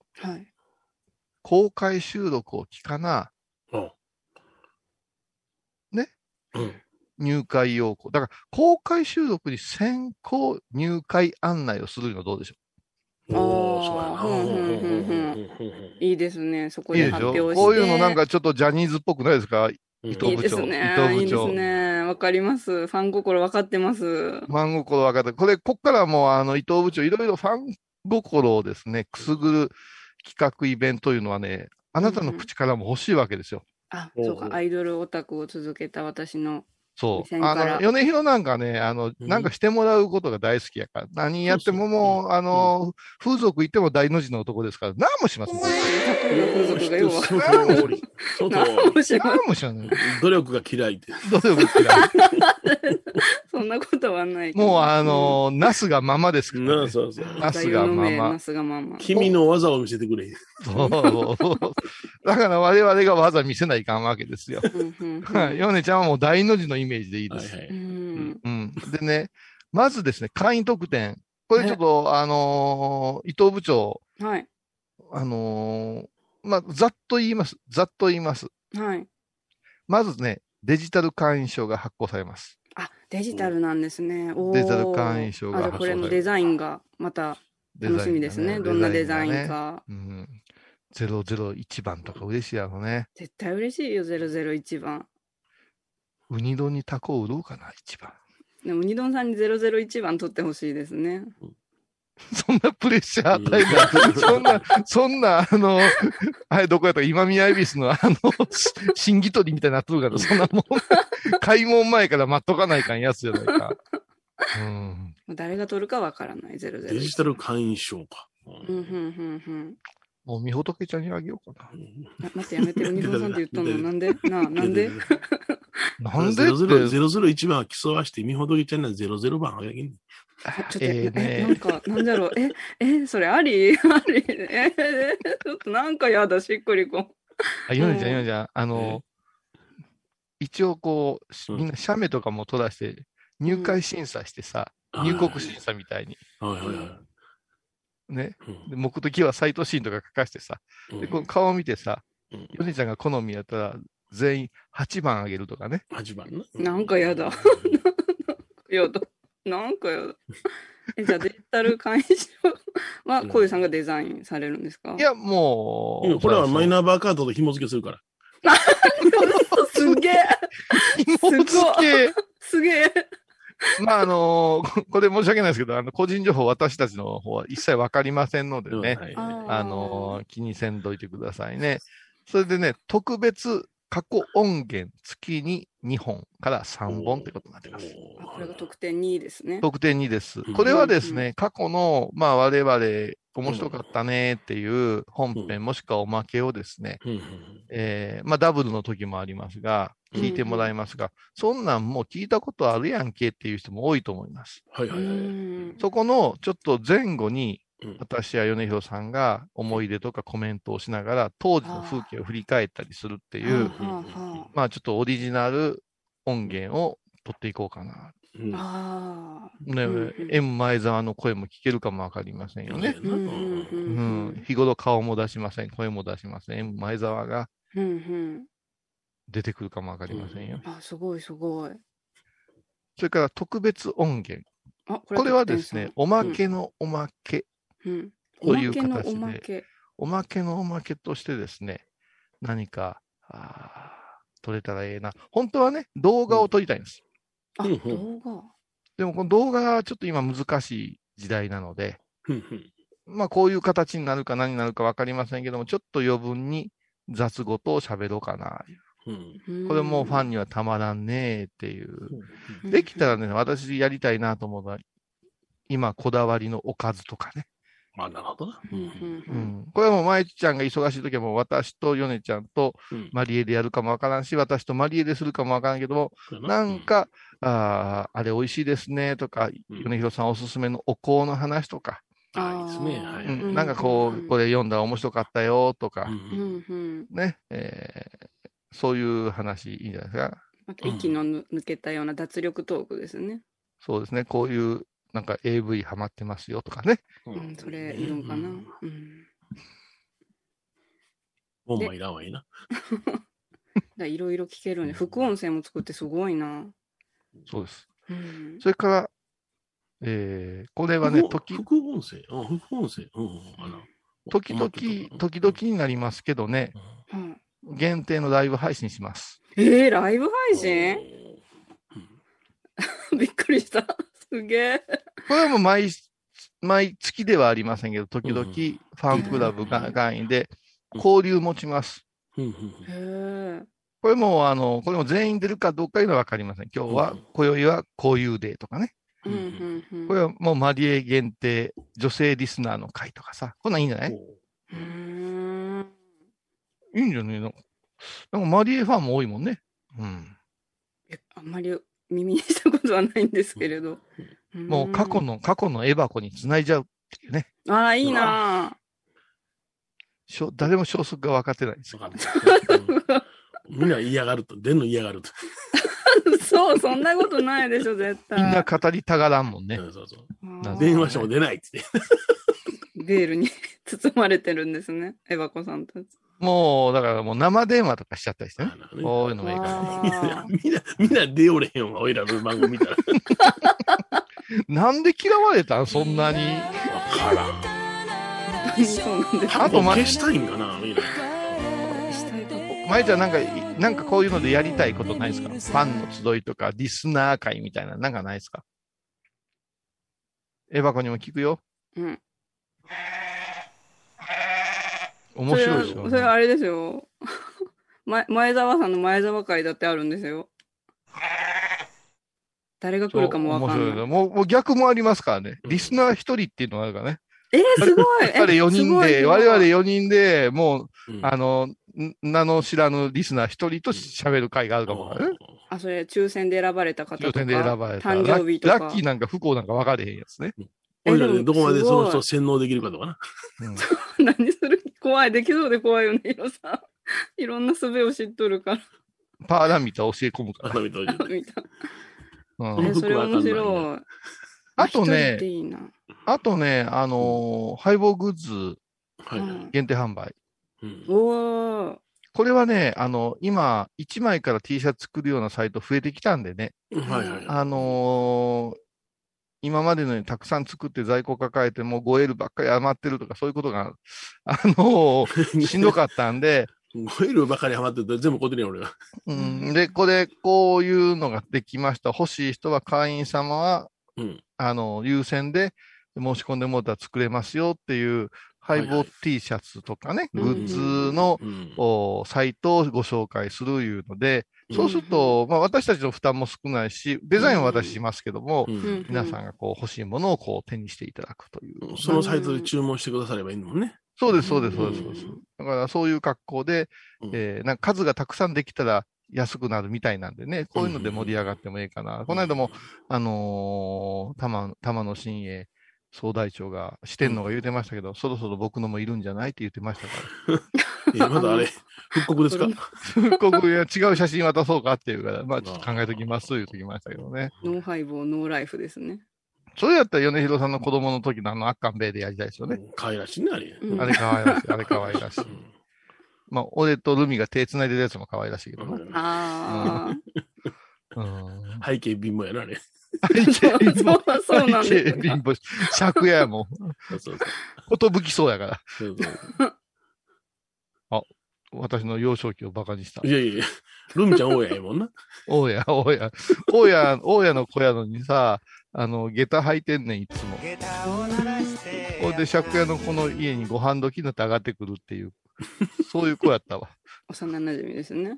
[SPEAKER 3] 公開収録を聞かな、ね、入会要項。だから、公開収録に先行入会案内をするのはどうでしょう？
[SPEAKER 1] いいですね。そこで発表して。
[SPEAKER 3] こういうのなんかちょっとジャニーズっぽくないですか？伊藤部長。
[SPEAKER 1] いいですね。わかります。ファン心わかってます。フ
[SPEAKER 3] ァン心わかって。こっからもう伊藤部長、いろいろファン心をですね、くすぐる企画イベントというのはね、あなたの口からも欲しいわけですよ。
[SPEAKER 1] そうか、アイドルオタクを続けた私の。
[SPEAKER 3] そう。米広なんかね、なんかしてもらうことが大好きやから。何やってももう、風俗行っても大の字の男ですから、何もしません。
[SPEAKER 1] 風俗がよう
[SPEAKER 2] 何
[SPEAKER 3] もしません。
[SPEAKER 2] 努力が嫌いって。
[SPEAKER 3] 努力が嫌い。
[SPEAKER 1] そんなことはない。
[SPEAKER 3] もう、なすがままですから。
[SPEAKER 2] そう。
[SPEAKER 3] なすがま
[SPEAKER 1] ま。
[SPEAKER 2] 君の技を見せてくれ。
[SPEAKER 3] そう。だから我々が技見せないかんわけですよ。ヨネちゃんはもう大の字のイメージでいいです。でね、まずですね、会員特典。これちょっと、伊藤部長。
[SPEAKER 1] はい。
[SPEAKER 3] ざっと言います。
[SPEAKER 1] はい。
[SPEAKER 3] まずね、デジタル会員証が発行されます。
[SPEAKER 1] デジタルなんですね。
[SPEAKER 3] デジタル会員証が発行されます。
[SPEAKER 1] これのデザインがまた楽しみですね。どんなデザインか。
[SPEAKER 3] 001番とか嬉しいやろね。
[SPEAKER 1] 絶対嬉しいよ、001番。
[SPEAKER 3] ウニ丼にタコを売ろうかな、1番。
[SPEAKER 1] でも、二丼さんに001番取ってほしいですね。
[SPEAKER 3] そんなプレッシャー与えない。そんな、はい、どこやったか、今宮恵比寿の審議取りみたいになっとるから、そんなもん、開門前から待っとかないかんやつじゃないか。
[SPEAKER 1] 誰が取るかわからない、001。
[SPEAKER 2] デジタル会員証か。
[SPEAKER 3] もう、みほとけちゃんにあげようか
[SPEAKER 1] な。待って、やめて、二丼さんって言ったの。なんでなんで
[SPEAKER 3] なんでって。
[SPEAKER 2] 001番は競わして、みほとけちゃんには00番あげんねん。
[SPEAKER 1] ちょっと、なんだろう。それありちょっとなんかやだ、しっくりこ。
[SPEAKER 3] ヨネちゃん、一応こう、みんな写メとかも取らして、入会審査してさ、入国審査みたいに。ね。目的はサイトシーンとか書かしてさ、で、この顔を見てさ、ヨネちゃんが好みやったら、全員8番あげるとかね。
[SPEAKER 2] 8番な。
[SPEAKER 1] なんかやだ。なんかやだ。じゃあデジタル会員証は、こういうさんがデザインされるんですか？
[SPEAKER 3] いや、もう。
[SPEAKER 2] これはマイナンバーカードと紐付けするから。
[SPEAKER 1] すげえすげえ
[SPEAKER 3] まあ、これ申し訳ないですけど、個人情報私たちの方は一切わかりませんのでね、気にせんといてくださいね。それでね、特別過去音源月に2本から3本ってことになっています。
[SPEAKER 1] これが特典2ですね。
[SPEAKER 3] 特典2です。これはですね、過去の、まあ我々面白かったねっていう本編もしくはおまけをですね、まあダブルの時もありますが、聞いてもらいますが、そんなんもう聞いたことあるやんけっていう人も多いと思います。そこのちょっと前後に、私や米広さんが思い出とかコメントをしながら当時の風景を振り返ったりするっていう、まあちょっとオリジナル音源を取っていこうかな。M 前澤の声も聞けるかもわかりませんよね。日頃顔も出しません、声も出しません。M 前澤が出てくるかもわかりませんよ。
[SPEAKER 1] すごいすごい。
[SPEAKER 3] それから特別音源。これはですね、おまけのおまけ。という形で、おまけのおまけとしてですね、何か、撮れたらええな。本当はね、動画を撮りたいんです。
[SPEAKER 1] 動画。
[SPEAKER 3] でも、この動画はちょっと今難しい時代なので、まあ、こういう形になるか何になるかわかりませんけども、ちょっと余分に雑語と喋ろうかな。これもファンにはたまらんねっていう。できたらね、私やりたいなと思うのは、今こだわりのおかずとかね。
[SPEAKER 2] なるほどな。
[SPEAKER 3] これはもう、まゆちちゃんが忙しい時はもう、私とヨネちゃんとマリエでやるかもわからんし、私とマリエでするかもわからんけども、なんか、あれ美味しいですねとか、米広さんおすすめのお香の話とか、なんかこう、これ読んだら面白かったよとか、ね、そういう話いいんじゃないですか。
[SPEAKER 1] 息の抜けたような脱力トークですね。
[SPEAKER 3] そうですね、こういう、なんか AV ハマってますよとかね。
[SPEAKER 1] それいるんかな。
[SPEAKER 2] もういらんわいいな。
[SPEAKER 3] い
[SPEAKER 1] ろいろ聞けるね。副音声も作ってすごいな。
[SPEAKER 3] そうです。それから、これはね、
[SPEAKER 2] 副音声
[SPEAKER 3] 時々になりますけどね、限定のライブ配信します。
[SPEAKER 1] ライブ配信びっくりした。すげえ。
[SPEAKER 3] これはもう毎月ではありませんけど、時々ファンクラブ会員で交流持ちます。これも、これも全員出るかどうかいうのはわかりません。今宵はこういうデーとかね。これはもうマリエ限定、女性リスナーの会とかさ、こんなんいいんじゃない？いいんじゃねえの？なんかマリエファンも多いもんね。
[SPEAKER 1] あんまり耳にしたことはないんですけれど。
[SPEAKER 3] もう過去のエバコに繋いじゃうっていうね。
[SPEAKER 1] いいなぁ。
[SPEAKER 3] 誰も消息が分かってないんですよ。
[SPEAKER 2] みんな嫌がると、出んの嫌がると。
[SPEAKER 1] そんなことないでしょ、絶対。
[SPEAKER 3] みんな語りたがらんもんね。
[SPEAKER 2] 電話しても出ないって。
[SPEAKER 1] ベールに包まれてるんですね、エバコさんたち。
[SPEAKER 3] もう、だからもう生電話とかしちゃったりしてね。こういうのもいいから。
[SPEAKER 2] みんな出おれへんわ、おいらの番組見たら。
[SPEAKER 3] なんで嫌われたんそんなに。
[SPEAKER 2] わからん。
[SPEAKER 1] そうなんです。
[SPEAKER 2] あと消したいんかな、みんな。
[SPEAKER 3] まゆちゃんなんかこういうのでやりたいことないですか？ファンの集いとか、リスナー会みたいな、なんかないですか？エバコにも聞くよ。
[SPEAKER 1] うん。
[SPEAKER 3] 面白いですよ、ね。
[SPEAKER 1] それあれですよ。前澤さんの前澤会だってあるんですよ。誰が来るかもわかんない。面白い。
[SPEAKER 3] もう逆もありますからね。リスナー一人っていうのがあるからね。
[SPEAKER 1] すごい。
[SPEAKER 3] 我々4人で、もう、名の知らぬリスナー一人と喋る会があるかもね。
[SPEAKER 1] それ、抽選で選ばれた方とか。
[SPEAKER 3] 抽選で選ばれた。
[SPEAKER 1] 誕生日とか。
[SPEAKER 3] ラッキーなんか不幸なんか分かれへんやつね。
[SPEAKER 2] どこまでその人洗脳できるかとかな。
[SPEAKER 1] 何する怖い。できそうで怖いよね、ヒロさん。いろんな術を知っとるから。
[SPEAKER 3] パーラミタ教え込むから。
[SPEAKER 2] パーラミタ教え込
[SPEAKER 1] む。それ面白い。
[SPEAKER 3] あとね、ハイボーグッズ限定販売。
[SPEAKER 1] こ
[SPEAKER 3] れはね、今、1枚から T シャツ作るようなサイト増えてきたんでね。今までのようにたくさん作って在庫抱えても 5L ばっかり余ってるとかそういうことが、しんどかったんで。
[SPEAKER 2] 5L ばっかり余ってると全部こってるよ、俺は。
[SPEAKER 3] で、こういうのができました。欲しい人は会員様は、優先で申し込んでもらったら作れますよっていう、ハイボー T シャツとかね、グッズのサイトをご紹介するいうので、そうすると、私たちの負担も少ないし、デザインは私しますけども、皆さんが欲しいものを手にしていただくという。
[SPEAKER 2] そのサイトで注文してくださればいいのもんね。
[SPEAKER 3] そうです。だからそういう格好で、なんか数がたくさんできたら安くなるみたいなんでね、こういうので盛り上がってもいいかな。この間も、玉野真英総大長が、四天王が言うてましたけど、そろそろ僕のもいるんじゃないって言ってましたから。
[SPEAKER 2] まだあれ、復刻ですか？
[SPEAKER 3] 復刻や違う写真渡そうかっていうから、ちょっと考えときますと言ってきましたけどね。
[SPEAKER 1] ノーハイボー、ノーライフですね。
[SPEAKER 3] それやったら米広さんの子供の時のアッカンベイでやりたいですよね。
[SPEAKER 2] 可愛らしいね、あれ。
[SPEAKER 3] あれ可愛らしい。あれ可愛らしい。俺とルミが手繋いでるやつも可愛らしいけどね。
[SPEAKER 2] 背景貧乏やな、あれ。
[SPEAKER 1] そうなんですよ。
[SPEAKER 3] 貧乏。借家やもん。ことぶきそうやから。私の幼少期をバカにした。
[SPEAKER 2] いや。ルミちゃん大家やもんな。
[SPEAKER 3] 大家の子やのにさ、下駄履いてんねん、いつも。ほいで、借家のこの家にご飯時になって上がってくるっていう、そういう子やったわ。
[SPEAKER 1] 幼馴染ですね。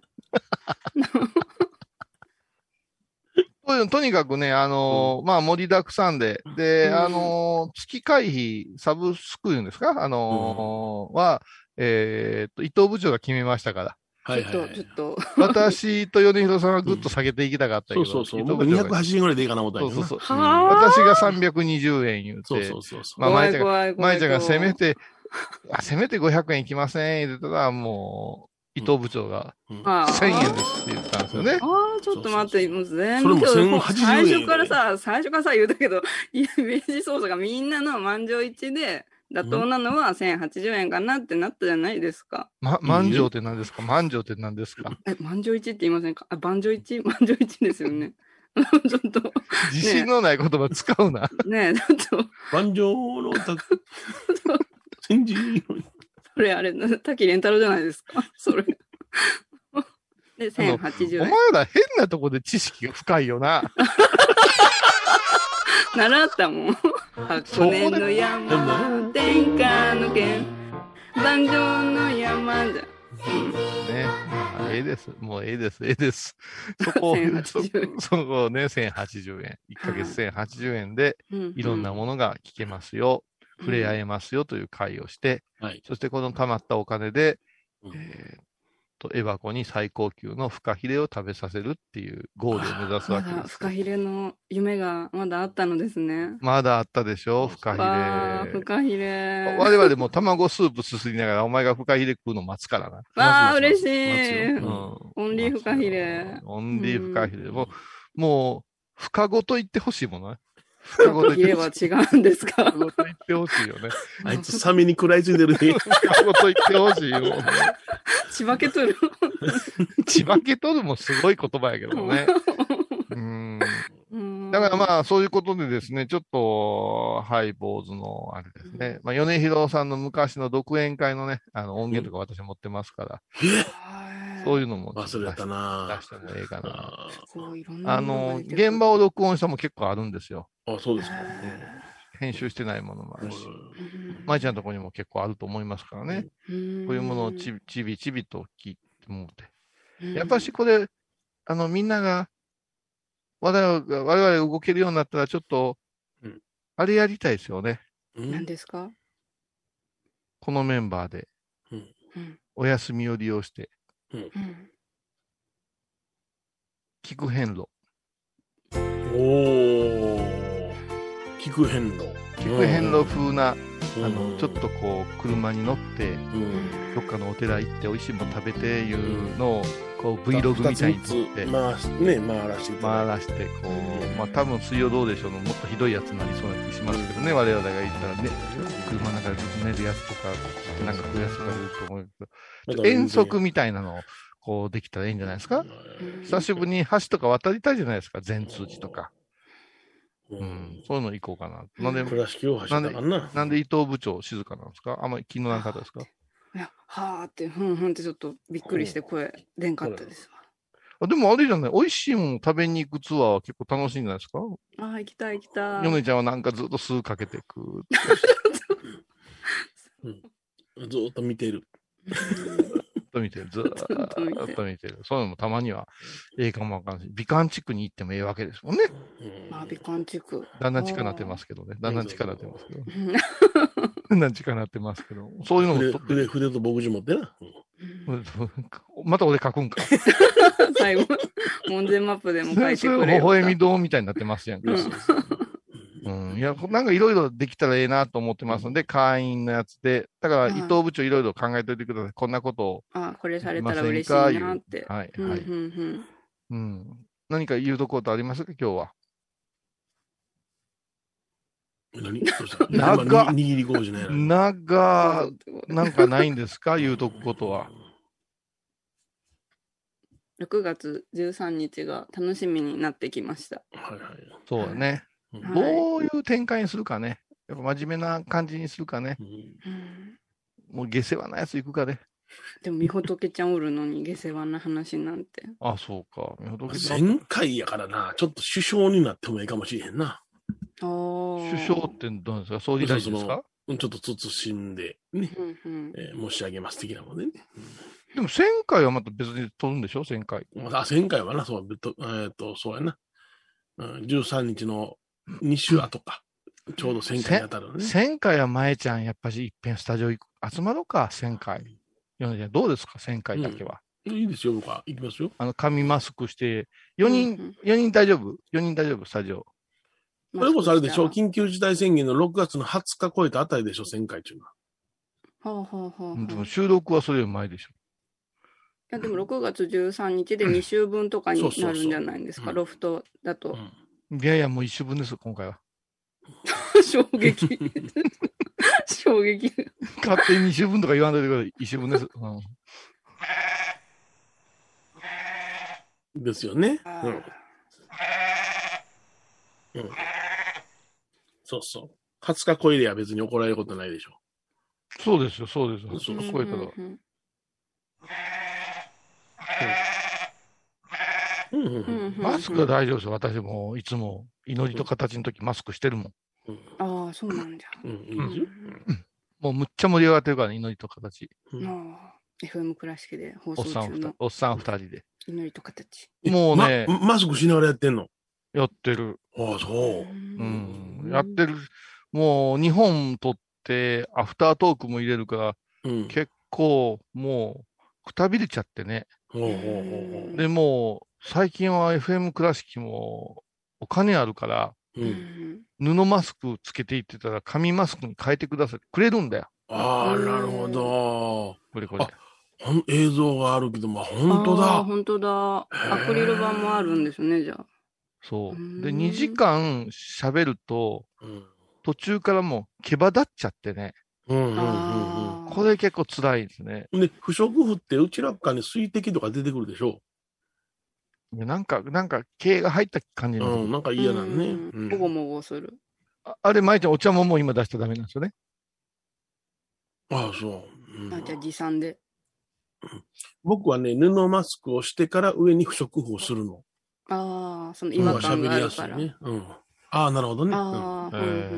[SPEAKER 3] とにかくね、盛りだくさんで、で、月会費、サブスクいうんですかは、伊藤部長が決めましたから。
[SPEAKER 1] ちょっと。
[SPEAKER 3] 私と米広さんはぐっと下げていきたかったけど。
[SPEAKER 2] そう。僕280円ぐらいでいいかな思ったんやけど。
[SPEAKER 3] そう。私が320円言うて。そう。まいちゃんがせめて500円いきません言ってたら、もう、伊藤部長が1000円ですって言ったんですよね。
[SPEAKER 1] ちょっと待って、もう全
[SPEAKER 2] 部
[SPEAKER 1] 最初からさ言うたけど、イメージ操作がみんなの満場一致で、妥当なのは1080円かなってなったじゃないですか。
[SPEAKER 3] 満場って何ですか？満場って何ですか？
[SPEAKER 1] 満場一致って言いませんか？満場一致ですよね。ちょっと。
[SPEAKER 3] 自信のない言葉使うな。
[SPEAKER 1] ねえ、ちょっと。
[SPEAKER 2] 満場の先人。
[SPEAKER 1] それあれ、滝蓮太郎じゃないですか。それ。で、1080円。
[SPEAKER 3] お前ら変なとこで知識が深いよな。
[SPEAKER 1] 習ったもん。箱根の山、天下の県、万丈の山じゃ。
[SPEAKER 3] ね。ええです。もうええです。そこね、1080円。1ヶ月1080円で、いろんなものが聞けますよ。触れ合えますよという会をして、そしてこの貯まったお金で、エバコに最高級のフカヒレを食べさせるっていうゴールを目指すわけです。
[SPEAKER 1] フカヒレの夢がまだあったのですね。
[SPEAKER 3] まだあったでしょ、フカヒレ。
[SPEAKER 1] フカヒレ。
[SPEAKER 3] 我々も卵スープすすりながらお前がフカヒレ食うの待つから
[SPEAKER 1] な。嬉しい。オンリーフカヒレ。
[SPEAKER 3] オンリーフカヒレ。もう、フカごと言ってほしいものね。
[SPEAKER 1] フカヒレは違うんですか？
[SPEAKER 3] フカごと言ってほしいよね。
[SPEAKER 2] あいつサメに食らいついてるね。
[SPEAKER 3] フカごと言ってほしいよ。
[SPEAKER 1] ちばけとる。
[SPEAKER 3] ちばけとるもすごい言葉やけどね。だからそういうことでですね、ちょっと、ハイボーズの、あれですね。米広さんの昔の独演会のね、音源とか私持ってますから。 そういうのも
[SPEAKER 2] 忘れたな。
[SPEAKER 3] 出してもええかな。
[SPEAKER 1] いろんな
[SPEAKER 3] 現場を録音したも結構あるんですよ。
[SPEAKER 2] あ、そうですか。
[SPEAKER 3] 編集してないものもあるし。舞ちゃんのところにも結構あると思いますからね。こういうものをちびちびと聞いてもって。やっぱしこれ、みんなが、我々動けるようになったら、ちょっと、あれやりたいですよね。
[SPEAKER 1] 何ですか？
[SPEAKER 3] このメンバーで、お休みを利用して、聞く遍路。
[SPEAKER 2] 聞く遍路。
[SPEAKER 3] 聞く遍路風な、ちょっとこう、車に乗って、どっかのお寺行って美味しいもの食べていうのを、こう Vlog みたいに撮って
[SPEAKER 2] 回らして、
[SPEAKER 3] こう、まあ多分水曜どうでしょうのもっとひどいやつになりそうな気しますけどね、我々が言ったらね、車の中でずっと寝るやつとか、なんかこういうやつがいると思うけど、遠足みたいなのを、こうできたらいいんじゃないですか。久しぶりに橋とか渡りたいじゃないですか、善通寺とか。そういうの行こうかな。なんで伊藤部長静かなんですか？あんまり気のなかったですか？
[SPEAKER 1] いや、はーって、ふんふんってちょっとびっくりして声出んかったです
[SPEAKER 3] わ。でもあれじゃない、美味しいもの食べに行くツアーは結構楽しいんじゃないですか？
[SPEAKER 1] 行きたい行きたい。
[SPEAKER 3] ヨネちゃんはなんかずっと酢かけてく。
[SPEAKER 2] ずっと見てる。
[SPEAKER 3] ずっと見てる。そういうのもたまにはええかもわかんないし、美観地区に行ってもええわけですもんね。
[SPEAKER 1] 美観地区。
[SPEAKER 3] だんだん近くなってますけどね。だんだん近くなってますけど。そういうのも
[SPEAKER 2] 筆と墨汁持ってな。
[SPEAKER 3] また俺書くんか。
[SPEAKER 1] 最後、門前マップでも書いてくれよ。
[SPEAKER 3] 微笑み堂みたいになってますやんか。いや、なんかいろいろできたらええなと思ってますので、会員のやつで、だから伊藤部長いろいろ考えておいてください。こんなことを。
[SPEAKER 1] これされたら嬉しいなって。
[SPEAKER 3] はい。何か言うところとありますか、今日は。
[SPEAKER 2] 何握り工事ね。
[SPEAKER 3] なんかないんですか、言うとくことは。
[SPEAKER 1] 6月13日が楽しみになってきました。
[SPEAKER 3] そうだね。どういう展開にするかね。やっぱ真面目な感じにするかね。もう下世話なやつ行くかね。
[SPEAKER 1] でも、みほとけちゃんおるのに下世話な話なんて。
[SPEAKER 3] あ、そうか。
[SPEAKER 2] みほとけちゃん。前回やからな、ちょっと首相になってもいいかもしれへんな。
[SPEAKER 3] 首相ってどうですか？総理大臣ですか？
[SPEAKER 2] ちょっと慎んで、ね、申し上げます的なもんでね。
[SPEAKER 3] でも、1000回はまた別に取るんでしょ？ 1000 回。
[SPEAKER 2] 1000回はな、そうやな。13日の2週後か。ちょうど1000回に当たるね。
[SPEAKER 3] 1000回は前ちゃん、やっぱし一遍スタジオ集まろうか、1000回。どうですか、1000回だけは。
[SPEAKER 2] いいですよ、僕は。行きますよ。
[SPEAKER 3] 紙マスクして、4人大丈夫？ 4 人大丈夫、スタジオ。
[SPEAKER 2] これこそあれでしょ、緊急事態宣言の6月の20日超えたあたりでしょ、1000回っていうのは。
[SPEAKER 3] でも収録はそれより前でしょ。
[SPEAKER 1] いや、でも6月13日で2週分とかになるんじゃないんですか、ロフトだと。
[SPEAKER 3] いやいや、もう1週分です、今回は。
[SPEAKER 1] 衝撃。衝撃。
[SPEAKER 3] 勝手に2週分とか言わんといてください。1週分です。
[SPEAKER 2] ですよね。そうそう。20日超えりゃ別に怒られることないでしょ。
[SPEAKER 3] そうですよ、そうですよ。20日超えたら。マスクは大丈夫ですよ。私もいつも祈りと形の時マスクしてるもん。
[SPEAKER 1] ああ、そうなんじゃ。
[SPEAKER 2] いいですよ。
[SPEAKER 3] もうむっちゃ盛り上がってるからね、祈りと形。
[SPEAKER 1] FM 倉敷で放送中の
[SPEAKER 3] おっさん2人で。
[SPEAKER 1] 祈りと形。
[SPEAKER 3] もうね。
[SPEAKER 2] マスクしながらやってんの？
[SPEAKER 3] やってる。
[SPEAKER 2] ああ、そう。
[SPEAKER 3] やってる。もう2本撮ってアフタートークも入れるから、結構もうくたびれちゃってね。でもう最近は FM 倉敷もお金あるから、布マスクつけていってたら紙マスクに変えてください。くれるんだよ。
[SPEAKER 2] ああ、なるほど。これ。映像があるけど、本当だ。
[SPEAKER 1] 本当だ。アクリル板もあるんですね、じゃあ。
[SPEAKER 3] そう。で、2時間喋ると、途中からもう毛羽立っちゃってね。これ結構辛いですね。
[SPEAKER 2] で、不織布ってうちらかに水滴とか出てくるでしょ。
[SPEAKER 3] なんか毛が入った感じの。
[SPEAKER 2] なんか嫌なんね。
[SPEAKER 1] もごもごする。
[SPEAKER 3] あれ、舞ちゃん、お茶ももう今出しちゃダメなんですよね。
[SPEAKER 2] ああ、そう。
[SPEAKER 1] じゃあ持参で。
[SPEAKER 2] 僕はね、布マスクをしてから上に不織布をするの。
[SPEAKER 1] ああ、その違和感があるから。
[SPEAKER 2] 喋りやすいね。うん。ああ、なるほどね。
[SPEAKER 3] ま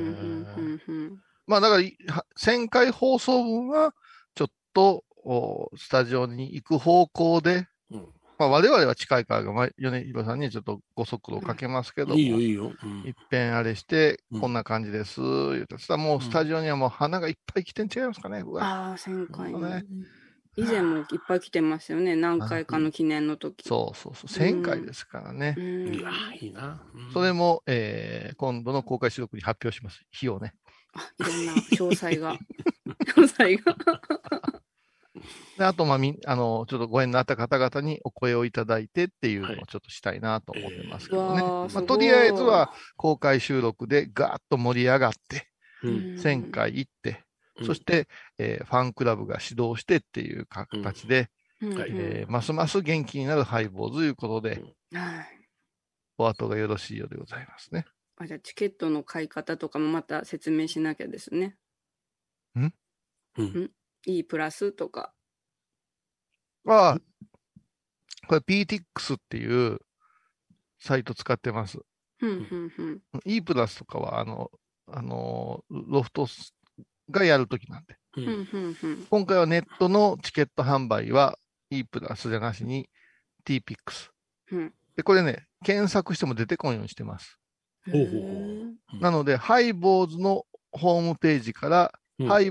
[SPEAKER 3] あだから、1000回放送分は、ちょっと、スタジオに行く方向で、まあ我々は近いから、米広さんにちょっとご足労かけますけども、
[SPEAKER 2] いいよいいよ。
[SPEAKER 3] いっぺんあれして、こんな感じです、言うて。そしたらもうスタジオにはもう花がいっぱい来てん違いますかね、
[SPEAKER 1] ああ、1000回ね。以前もいっぱい来てますよね。何回かの記念の時。
[SPEAKER 3] そう。1000回ですからね。
[SPEAKER 2] いや、いいな。
[SPEAKER 3] それも、今度の公開収録に発表します。日をね。
[SPEAKER 1] いろんな詳細が。詳細が。
[SPEAKER 3] で、あと、ちょっとご縁のあった方々にお声をいただいてっていうのをちょっとしたいなと思ってますけどね。とりあえずは公開収録でガーッと盛り上がって、1000回行って、そして、ファンクラブが始動してっていう形で、ますます元気になるハイボーズということで、お後がよろしいようでございますね。
[SPEAKER 1] じゃあチケットの買い方とかもまた説明しなきゃですね。E プラスとか。
[SPEAKER 3] これ PTX っていうサイト使ってます。E プラスとかは、ロフトがやるときなんで。今回はネットのチケット販売は E プラスじゃなしに TPX。で、これね、検索しても出てこんようにしてます。なので、ハイボーズのホームページから入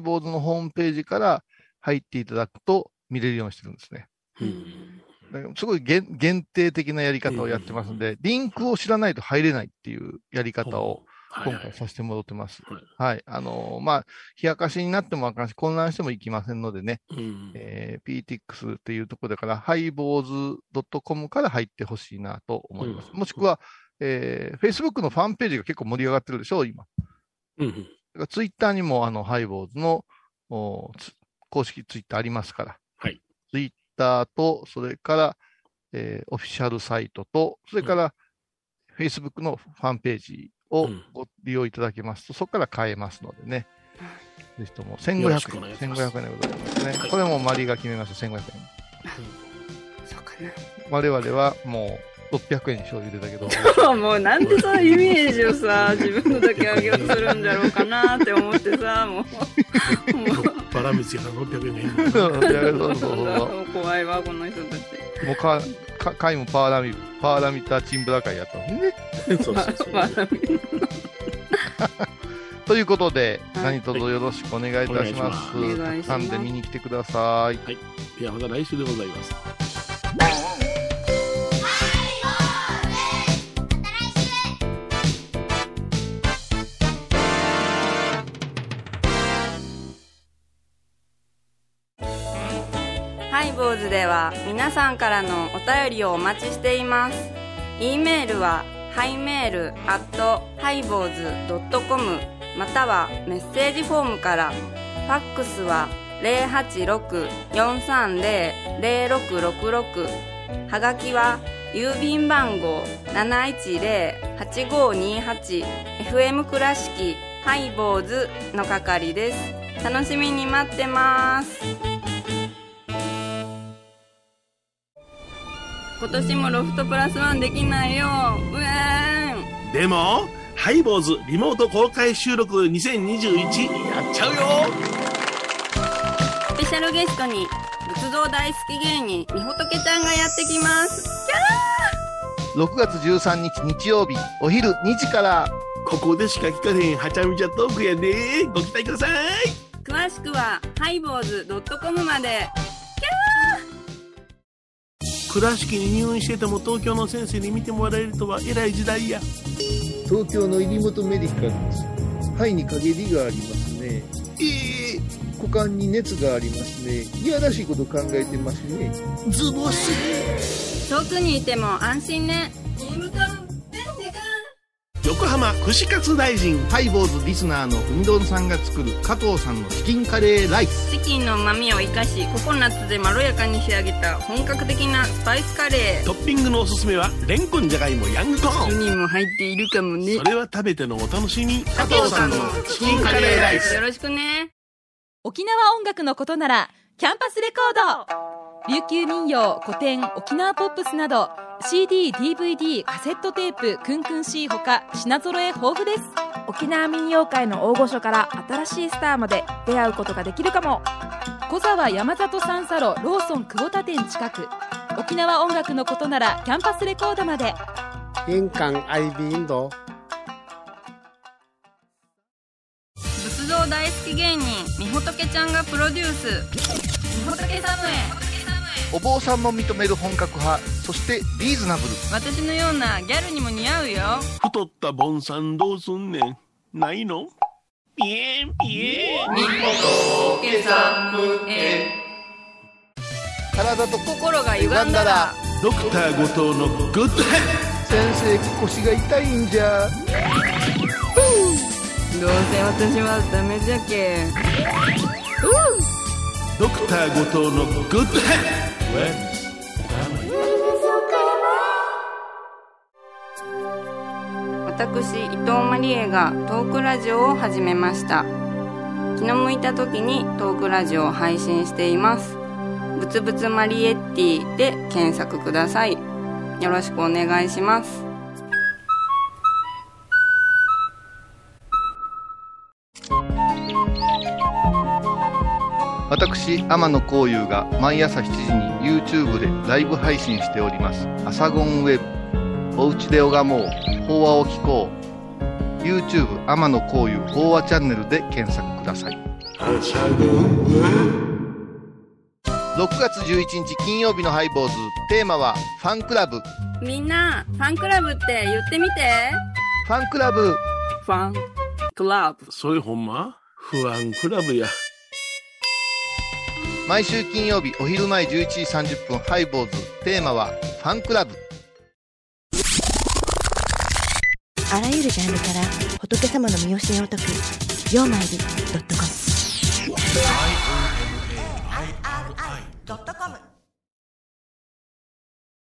[SPEAKER 3] っていただくと見れるようにしてるんですね。すごい限定的なやり方をやってますので、リンクを知らないと入れないっていうやり方を今回させてもらってます。はい。冷やかしになってもあかんし、混乱してもいきませんのでね、PTX っていうところだから、highbows.com から入ってほしいなと思います。もしくは、Facebook のファンページが結構盛り上がってるでしょ、今。ツイッターにもハイボーズの公式ツイッターありますから、ツイッターと、それから、オフィシャルサイトと、それから、Facebook のファンページをご利用いただけますと、そこから買えますのでね。ぜひとも1500円。1500円でございますね。これもマリが決めました、1500円。
[SPEAKER 1] そうかな。
[SPEAKER 3] 我々はもう600円に醤油入れたけど。
[SPEAKER 1] もうなんでさ、イメージをさ、自分のだけ上げようとするんだろうかなって思ってさ、もう。
[SPEAKER 2] バラ道が600円
[SPEAKER 1] そう怖いわ、この人たち。
[SPEAKER 3] もう会もパーラミタチンブラ会やったのね。
[SPEAKER 2] そう。パーラミ
[SPEAKER 3] ということで、何卒よろしくお願いいたします。たんで見に来てください。
[SPEAKER 2] ではまた来週でございます。
[SPEAKER 1] ハイボーズでは皆さんからのお便りをお待ちしています。e メールはハイメール@highboz.com またはメッセージフォームから。ファックスは 086-430-0666 はがきは郵便番号 710-8528 FM 倉敷ハイボーズの係です。楽しみに待ってます。今年もロフトプラスワンできないよ。
[SPEAKER 2] でもハイボーズリモート公開収録2021やっちゃうよ。
[SPEAKER 1] スペシャルゲストに仏像大好き芸人みほとけちゃんがやってきます。
[SPEAKER 3] 6月13日日曜日お昼2時から。
[SPEAKER 2] ここでしか聞かへんはちゃめちゃトークやで。ご期待ください。
[SPEAKER 1] 詳しくはハイボーズ.com まで。
[SPEAKER 2] 倉敷に入院してても東京の先生に見てもらえるとは偉い時代や。
[SPEAKER 6] 東京の入本メディカルです。肺に陰りがありますね。股間に熱がありますね。いやらしいこと考えてますね。
[SPEAKER 2] ズボス。
[SPEAKER 1] 遠くにいても安心ね。
[SPEAKER 2] 横浜串カツ大臣。
[SPEAKER 3] ハイボーズリスナーのうみどんさんが作る加藤さんのチキンカレーライス。
[SPEAKER 1] チキンの旨味を生かしココナッツでまろやかに仕上げた本格的なスパイスカレー。
[SPEAKER 2] トッピングのおすすめはレンコン、じゃがいも、ヤングコーン。
[SPEAKER 1] 2人も入っているかもね。
[SPEAKER 2] それは食べてのお楽しみ。
[SPEAKER 1] 加藤さんのチキンカレーライス。よろしくね。
[SPEAKER 8] 沖縄音楽のことならキャンパスレコード。 琉球民謡、古典、沖縄ポップスなど CD、DVD、カセットテープ、クンクン C ほか品揃え豊富です。
[SPEAKER 9] 沖縄民謡界の大御所から新しいスターまで出会うことができるかも。
[SPEAKER 8] 小沢山里三佐路ローソン久保田店近く。沖縄音楽のことならキャンパスレコードまで。
[SPEAKER 10] 印鑑 IB インド。
[SPEAKER 1] 仏像大好き芸人みほとけちゃんがプロデュース、みほとけサムエ。
[SPEAKER 3] お坊さんも認める本格派、そしてリーズナブル。
[SPEAKER 1] 私のようなギャルにも似合うよ。
[SPEAKER 2] 太ったボンさんどうすんねん、ないの？ピエンピエンみほとけサムエ。
[SPEAKER 3] 体と
[SPEAKER 1] 心が歪んだら
[SPEAKER 2] ドクター後藤のグッドヘッド。
[SPEAKER 3] 先生、腰が痛いんじゃ。
[SPEAKER 1] どうせ私はダメじゃけ。
[SPEAKER 2] ドクター後藤のグッドヘッド。
[SPEAKER 1] 私伊藤マリエがトークラジオを始めました。気の向いた時にトークラジオを配信しています。ぶつぶつマリエッティで検索ください。よろしくお願いします。
[SPEAKER 3] 私天野幸雄が毎朝7時に YouTube でライブ配信しておりますアサゴンウェブ。おうちで拝もう、法話を聞こう。 YouTube 天野幸雄法話チャンネルで検索ください。6月11日金曜日のハイボーズ、テーマはファンクラブ。
[SPEAKER 1] みんなファンクラブって言ってみて。
[SPEAKER 3] ファンクラブ、
[SPEAKER 1] ファンクラブ。
[SPEAKER 2] それほんま？ファンクラブや。
[SPEAKER 3] 毎週金曜日お昼前11時30分ハイボーズ、テーマはファンクラブ。
[SPEAKER 11] あらゆるジャンルから仏様の身教えを説くようまいり.com